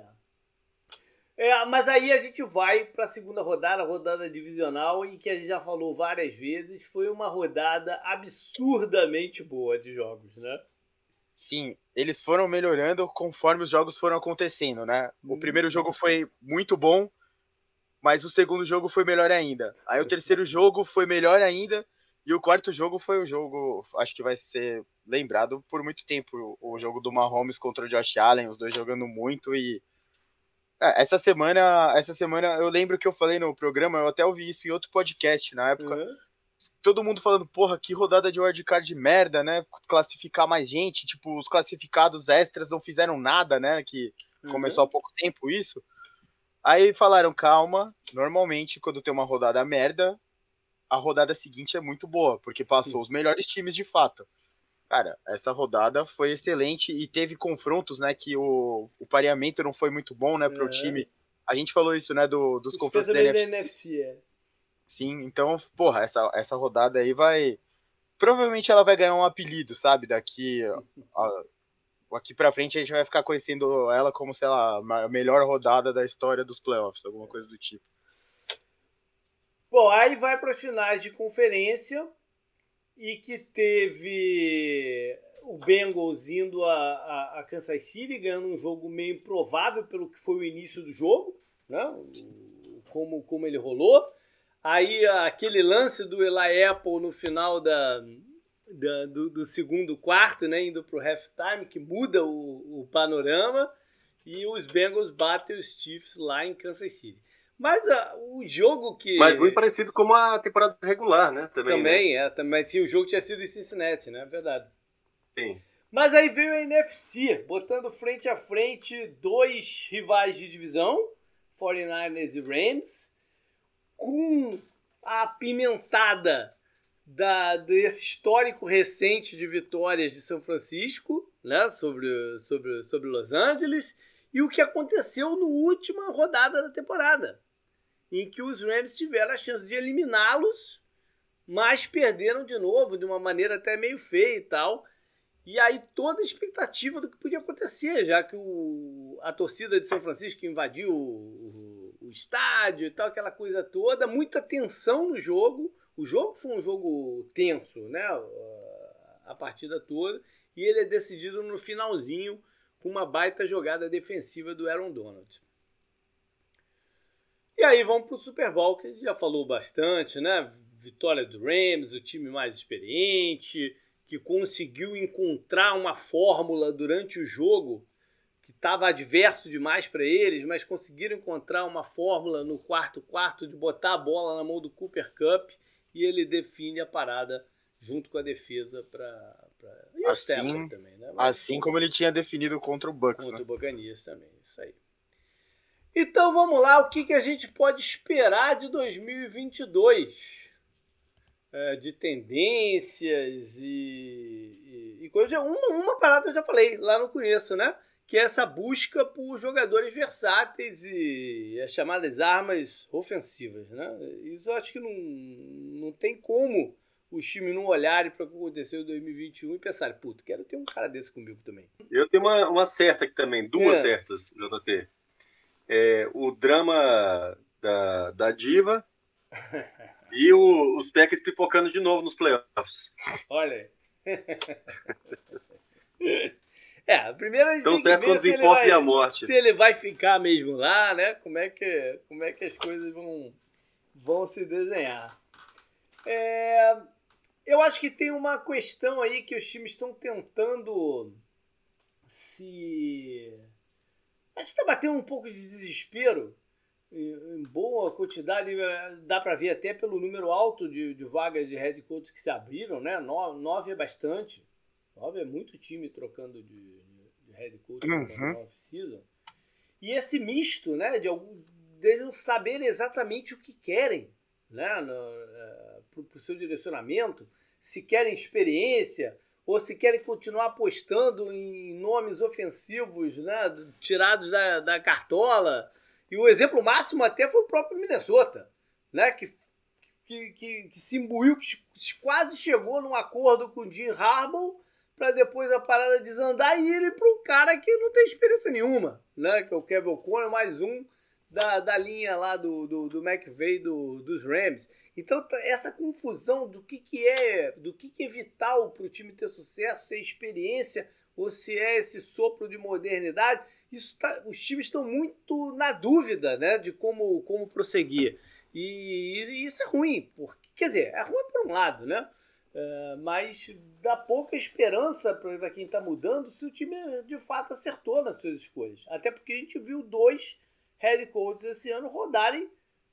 Mas aí a gente vai para a segunda rodada, a rodada divisional, em que a gente já falou várias vezes, foi uma rodada absurdamente boa de jogos, né? Sim, eles foram melhorando conforme os jogos foram acontecendo, né? O primeiro jogo foi muito bom, mas o segundo jogo foi melhor ainda. Aí o terceiro jogo foi melhor ainda, e o quarto jogo foi o jogo, acho que vai ser lembrado por muito tempo, o jogo do Mahomes contra o Josh Allen, os dois jogando muito. E essa semana eu lembro que eu falei no programa, eu até ouvi isso em outro podcast na época, todo mundo falando, porra, que rodada de wildcard de merda, né, classificar mais gente, tipo, os classificados extras não fizeram nada, né, que começou há pouco tempo isso. Aí falaram, calma, normalmente quando tem uma rodada merda, a rodada seguinte é muito boa, porque passou os melhores times de fato. Cara, essa rodada foi excelente e teve confrontos, né, que o pareamento não foi muito bom, né, pro time. A gente falou isso, né, dos confrontos da NFC. Sim, então, porra, essa rodada aí vai... Provavelmente ela vai ganhar um apelido, sabe, daqui pra frente a gente vai ficar conhecendo ela como, sei lá, a melhor rodada da história dos playoffs, alguma coisa do tipo. Bom, aí vai para as finais de conferência, e que teve o Bengals indo a Kansas City, ganhando um jogo meio improvável pelo que foi o início do jogo, né? Como ele rolou. Aí aquele lance do Eli Apple no final do segundo quarto, né? Indo para o halftime, que muda o panorama, e os Bengals batem os Chiefs lá em Kansas City. Mas o jogo que... Mas muito parecido com a temporada regular, né? Também tinha, o jogo tinha sido em Cincinnati, né? É verdade. Sim. Mas aí veio a NFC, botando frente a frente 2 rivais de divisão, 49ers e Rams, com a apimentada desse histórico recente de vitórias de São Francisco, né? sobre Los Angeles, e o que aconteceu na última rodada da temporada, em que os Rams tiveram a chance de eliminá-los, mas perderam de novo, de uma maneira até meio feia e tal. E aí toda a expectativa do que podia acontecer, já que a torcida de São Francisco invadiu o estádio e tal, aquela coisa toda, muita tensão no jogo. O jogo foi um jogo tenso, né? A partida toda, e ele é decidido no finalzinho com uma baita jogada defensiva do Aaron Donald. E aí vamos para o Super Bowl, que a gente já falou bastante, né? Vitória do Rams, o time mais experiente, que conseguiu encontrar uma fórmula durante o jogo que estava adverso demais para eles, mas conseguiram encontrar uma fórmula no quarto de botar a bola na mão do Cooper Kupp, e ele define a parada junto com a defesa e o Stafford também, né? Assim como ele tinha definido contra o Bucs, contra né? o Buccaneers também, isso aí. Então vamos lá, o que a gente pode esperar de 2022? De tendências e coisas. Uma parada eu já falei lá no começo, né? Que é essa busca por jogadores versáteis e as chamadas armas ofensivas, né? Isso eu acho que não tem como os times não olharem para o que aconteceu em 2021 e pensarem, puto, quero ter um cara desse comigo também. Eu tenho uma certa aqui também, duas certas, JT. O drama da Diva e os Packers pipocando de novo nos playoffs. Olha aí. Primeiro a gente Tão tem certo que ver quanto o hip-hop e a morte. Se ele vai ficar mesmo lá, né? Como é que as coisas vão se desenhar. Eu acho que tem uma questão aí que os times estão tentando se... A gente está batendo um pouco de desespero em boa quantidade, dá para ver até pelo número alto de vagas de head coaches que se abriram, né? 9 é bastante. 9 é muito time trocando de head coach na off-season. E esse misto, né? De não saber exatamente o que querem, né? Para o seu direcionamento, se querem experiência ou se querem continuar apostando em nomes ofensivos, né? Tirados da cartola. E o exemplo máximo até foi o próprio Minnesota, né? Que se imbuiu, que quase chegou num acordo com o Jim Harbaugh para depois a parada desandar e ir para um cara que não tem experiência nenhuma, né? Que é o Kevin O'Connell, mais um da linha lá do McVay dos Rams. Então, essa confusão do que é vital para o time ter sucesso, se é experiência ou se é esse sopro de modernidade, os times estão muito na dúvida, né, de como prosseguir. E isso é ruim, porque, quer dizer, é ruim por um lado, né? Mas dá pouca esperança para quem está mudando se o time de fato acertou nas suas escolhas. Até porque a gente viu 2 head coaches esse ano rodarem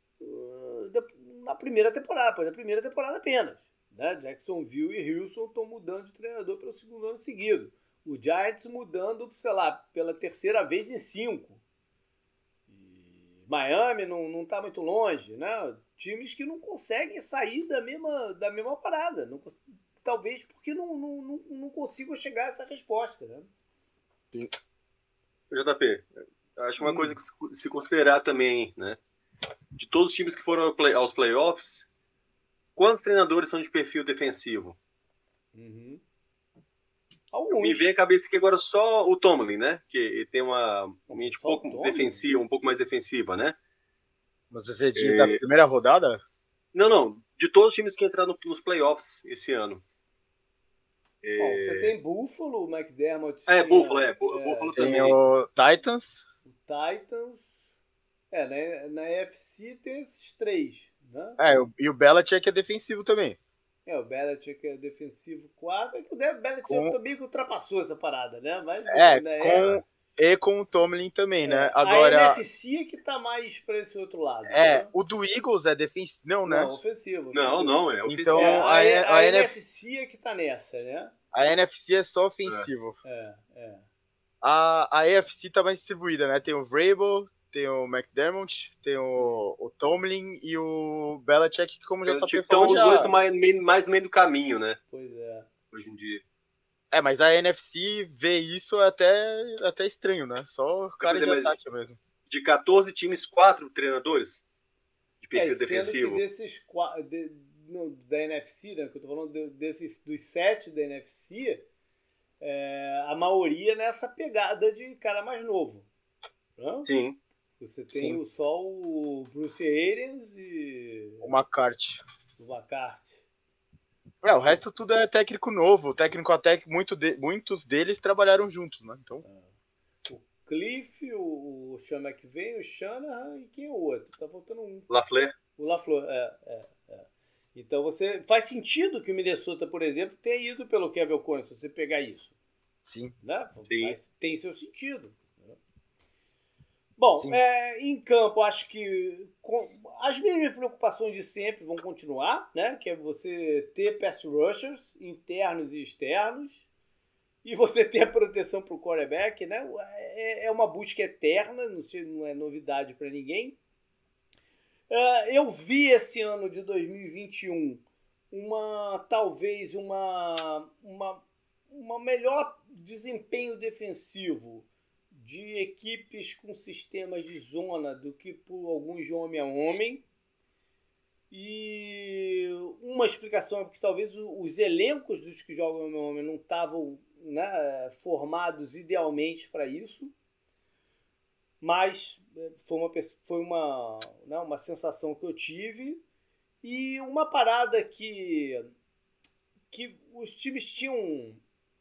na primeira temporada, apenas. Né? Jacksonville e Houston estão mudando de treinador pelo 2º ano seguido. O Giants mudando, sei lá, pela 3ª vez em 5. E Miami não está muito longe, né? Times que não conseguem sair da mesma parada. Talvez porque não consigam chegar a essa resposta, né? Sim. JP, acho uma coisa que se considerar também, né? De todos os times que foram aos playoffs, quantos treinadores são de perfil defensivo? Alguns. Me vem à cabeça que agora só o Tomlin, né? Que tem uma mente um pouco defensiva, um pouco mais defensiva, né? Mas você diz da primeira rodada? Não. De todos os times que entraram nos playoffs esse ano. Bom, você tem Buffalo, o McDermott. Buffalo também. Tem o Titans. Na AFC tem esses 3, né? E o Belichick é defensivo também. O Belichick é defensivo 4. É que o Belichick também ultrapassou essa parada, né? Mas, com o Tomlin também, né? Agora, a NFC é que tá mais pra esse outro lado. Né? O do Eagles é defensivo. Não, né? Não, ofensivo. Não, é ofensivo. Então, a NFC é que tá nessa, né? A NFC é só ofensivo. A AFC tá mais distribuída, né? Tem o Vrabel, tem o McDermott, tem o Tomlin e o Belichick, que como já tá falando. Então os dois estão mais no meio do caminho, né? Pois é. Hoje em dia. Mas a NFC vê isso é até estranho, né? Só cara de ataque mesmo. De 14 times, 4 treinadores de perfil defensivo. Que desses da NFC, né? Que eu tô falando dos 7 da NFC, a maioria nessa pegada de cara mais novo. Né? Sim. Você tem só o Bruce Arians e o McCarthy. O resto tudo é técnico novo. O técnico até que muitos deles trabalharam juntos, né? Então... O Cliff, o Sean McVay, o Shanahan e quem é o outro? Tá faltando um. LaFleur. O LaFleur, Então faz sentido que o Minnesota, por exemplo, tenha ido pelo Kevin O'Connell, se você pegar isso. Sim. Né? Sim. Tem seu sentido. Bom, em campo, acho que as mesmas preocupações de sempre vão continuar, né? Que é você ter pass rushers internos e externos e você ter a proteção para o quarterback, né? É uma busca eterna, não é novidade para ninguém. Eu vi esse ano de 2021 talvez uma melhor desempenho defensivo de equipes com sistemas de zona do que por alguns de homem a homem. E uma explicação é porque talvez os elencos dos que jogam homem a homem não estavam, né, formados idealmente para isso. Mas foi uma sensação que eu tive. E uma parada que os times tinham...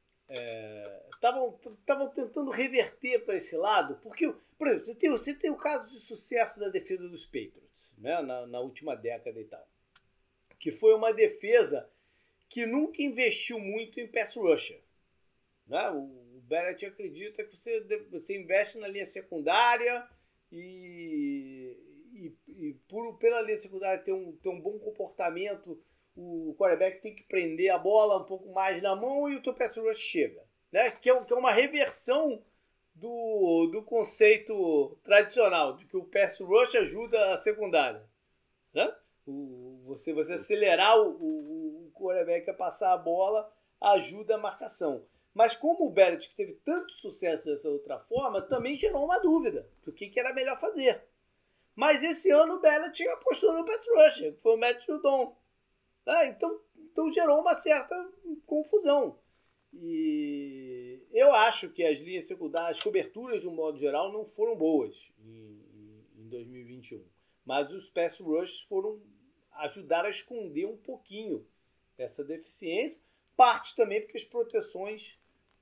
estavam tentando reverter para esse lado, porque, por exemplo, você tem o caso de sucesso da defesa dos Patriots, né, na última década e tal, que foi uma defesa que nunca investiu muito em pass rusher. Né? O Barrett acredita que você investe na linha secundária e pela linha secundária ter um bom comportamento, o quarterback tem que prender a bola um pouco mais na mão e o teu pass rush chega. Né? Que é uma reversão do conceito tradicional, de que o pass rush ajuda a secundária. Né? Você acelerar o quarterback a passar a bola ajuda a marcação. Mas como o Belichick teve tanto sucesso dessa outra forma, também gerou uma dúvida do que era melhor fazer. Mas esse ano o Belichick apostou no pass rusher, que foi o Matt Judon. Então gerou uma certa confusão. E eu acho que as linhas secundárias, as coberturas de um modo geral, não foram boas em 2021. Mas os pass rushes ajudaram a esconder um pouquinho essa deficiência. Parte também porque as proteções,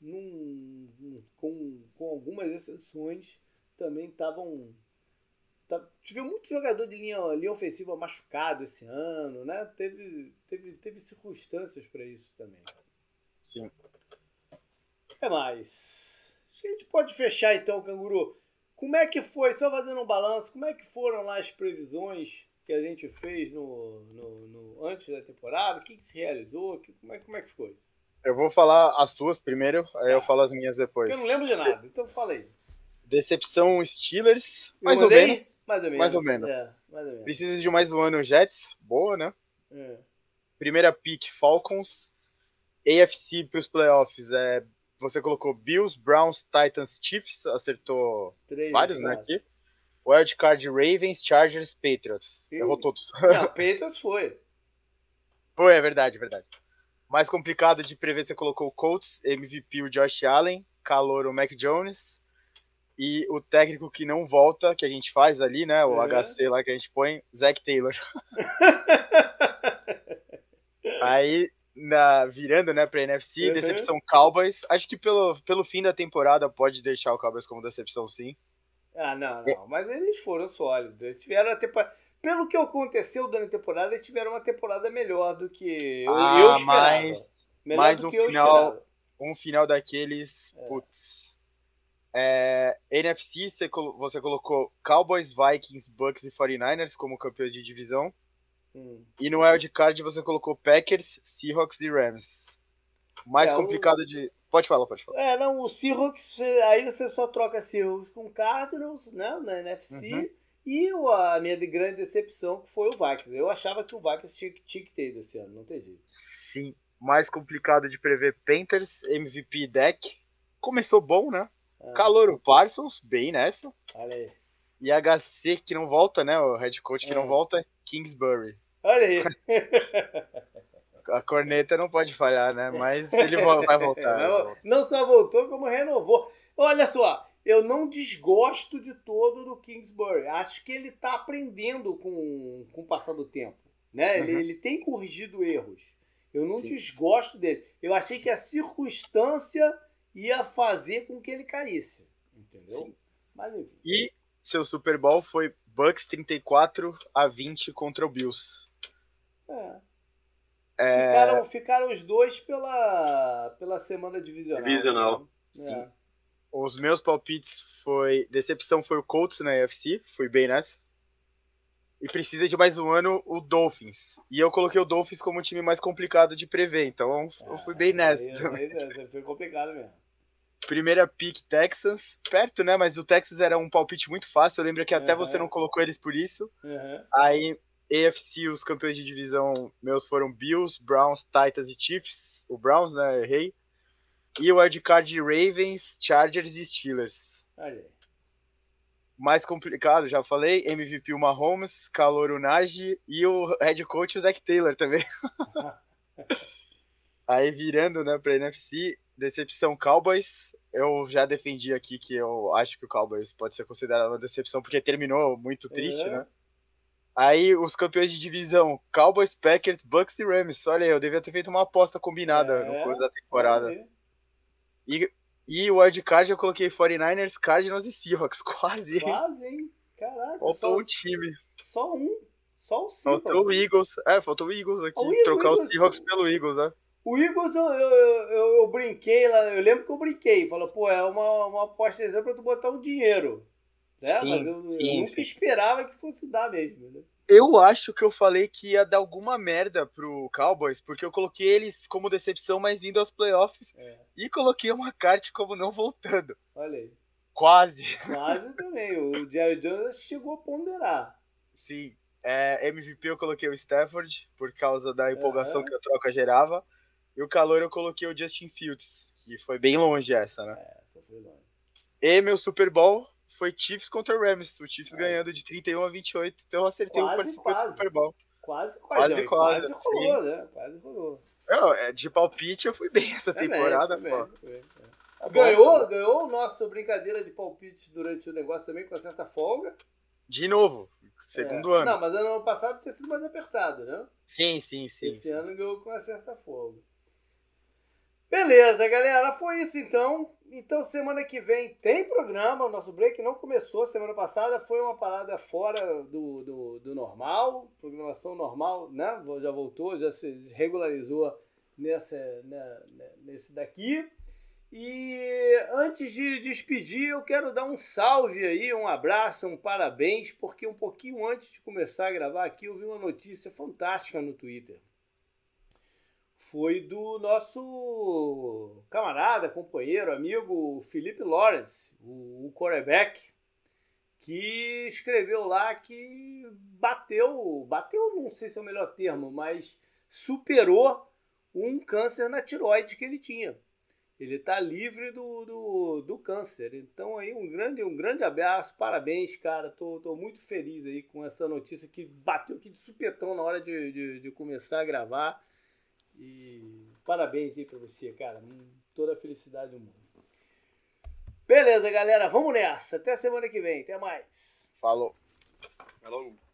com algumas exceções, também estavam... Tive muito jogador de linha ofensiva machucado esse ano, né? Teve circunstâncias para isso também. Sim. É mais. Acho que a gente pode fechar então, Canguru. Como é que foi, só fazendo um balanço, como é que foram lá as previsões que a gente fez antes da temporada? O que se realizou? Como é que ficou isso? Eu vou falar as suas primeiro, aí eu falo as minhas depois. Eu não lembro de nada, então fala aí. Decepção Steelers, mais ou menos. Mais ou menos. Precisa de mais um ano Jets, boa, né? Primeira pick Falcons. AFC para os playoffs, você colocou Bills, Browns, Titans, Chiefs, acertou 3, vários, né, aqui. Wildcard Ravens, Chargers, Patriots. Errou todos. Não, Patriots foi. Foi, é verdade. Mais complicado de prever, você colocou o Colts, MVP o Josh Allen, calor o Mac Jones, e o técnico que não volta, que a gente faz ali, né, o HC lá que a gente põe, Zach Taylor. Aí, virando, né, pra NFC, decepção Cowboys. Acho que pelo fim da temporada pode deixar o Cowboys como decepção, sim. Não, mas eles foram sólidos. Eles tiveram a temporada... Pelo que aconteceu durante a temporada, eles tiveram uma temporada melhor do que eu esperava. Mais um final daqueles... Putz. NFC, você colocou Cowboys, Vikings, Bucks e 49ers como campeões de divisão. E no wildcard você colocou Packers, Seahawks e Rams. Mais complicado de... Pode falar. O Seahawks, aí você só troca Seahawks com Cardinals, né, na NFC. E a minha grande decepção que foi o Vikings. Eu achava que o Vikings tinha que ter ido esse ano, não tem jeito. Sim, mais complicado de prever Panthers, MVP Dak. Começou bom, né? Calouro Parsons, bem nessa. Olha aí. E HC que não volta, né? O head coach que não volta, Kingsbury. Olha aí. A corneta não pode falhar, né? Mas ele vai voltar. Não só voltou, como renovou. Olha só, eu não desgosto de todo do Kingsbury. Acho que ele está aprendendo com o passar do tempo. Né? Ele tem corrigido erros. Eu não desgosto dele. Eu achei que a circunstância ia fazer com que ele caísse. Entendeu? Sim. Mas enfim. E seu Super Bowl foi Bucks 34-20 contra o Bills. Ficaram os dois pela semana divisional. Sim. Os meus palpites decepção foi o Colts na AFC, fui bem nessa. E precisa de mais um ano o Dolphins. E eu coloquei o Dolphins como um time mais complicado de prever, então eu fui bem nessa também. Foi complicado mesmo. Primeira pick Texans, perto, né? Mas o Texans era um palpite muito fácil, eu lembro que até você não colocou eles por isso. Aí AFC, os campeões de divisão meus foram Bills, Browns, Titans e Chiefs. O Browns, né? Errei. E o wildcard Ravens, Chargers e Steelers. Aí. Mais complicado, já falei. MVP o Mahomes, calor o Najee e o head coach o Zach Taylor também. Aí virando, né, pra NFC, decepção Cowboys. Eu já defendi aqui que eu acho que o Cowboys pode ser considerado uma decepção porque terminou muito triste, né? Aí os campeões de divisão, Cowboys, Packers, Bucks e Rams. Olha aí, eu devia ter feito uma aposta combinada no começo da temporada. E o wildcard eu coloquei 49ers, Cardinals e Seahawks. Quase, hein? Caraca. Faltou um time. Só Só o Seahawks. Faltou o Eagles. Faltou o Eagles aqui. O trocar Eagles, o Seahawks pelo Eagles, né? O Eagles, eu brinquei lá, eu lembro que eu brinquei. Falou, pô, é uma aposta pra tu botar um dinheiro. Né? Sim, mas eu nunca esperava que fosse dar mesmo, né? Eu acho que eu falei que ia dar alguma merda pro Cowboys, porque eu coloquei eles como decepção, mas indo aos playoffs. E coloquei uma McCarthy como não voltando. Olha aí. Quase. Quase também. O Jerry Jones chegou a ponderar. Sim. MVP eu coloquei o Stafford, por causa da empolgação que a troca gerava. E o calor eu coloquei o Justin Fields, que foi bem longe essa, né? Foi longe. E meu Super Bowl foi Chiefs contra Rams. O Chiefs ganhando de 31-28. Então eu acertei o participante do Super Bowl. Quase rolou, né? Quase rolou. De palpite eu fui bem essa temporada, pô. Ganhou o nosso brincadeira de palpite durante o negócio também com uma certa folga. De novo, segundo ano. Não, mas ano passado tinha sido mais apertado, né? Sim. Esse ano ganhou com uma certa folga. Beleza, galera. Foi isso então. Então, semana que vem tem programa. O nosso break não começou. Semana passada foi uma parada fora do normal. Programação normal, né? Já voltou, já se regularizou nesse daqui. E antes de despedir, eu quero dar um salve aí, um abraço, um parabéns, porque um pouquinho antes de começar a gravar aqui, eu vi uma notícia fantástica no Twitter. Foi do nosso camarada, companheiro, amigo Felipe Lawrence, o quarterback, que escreveu lá que bateu, não sei se é o melhor termo, mas superou um câncer na tireoide que ele tinha. Ele está livre do câncer. Então aí um grande abraço, parabéns, cara. Tô muito feliz aí com essa notícia que bateu aqui de supetão na hora de começar a gravar. E parabéns aí pra você, cara. Toda a felicidade do mundo. Beleza, galera. Vamos nessa. Até semana que vem. Até mais. Falou. Falou.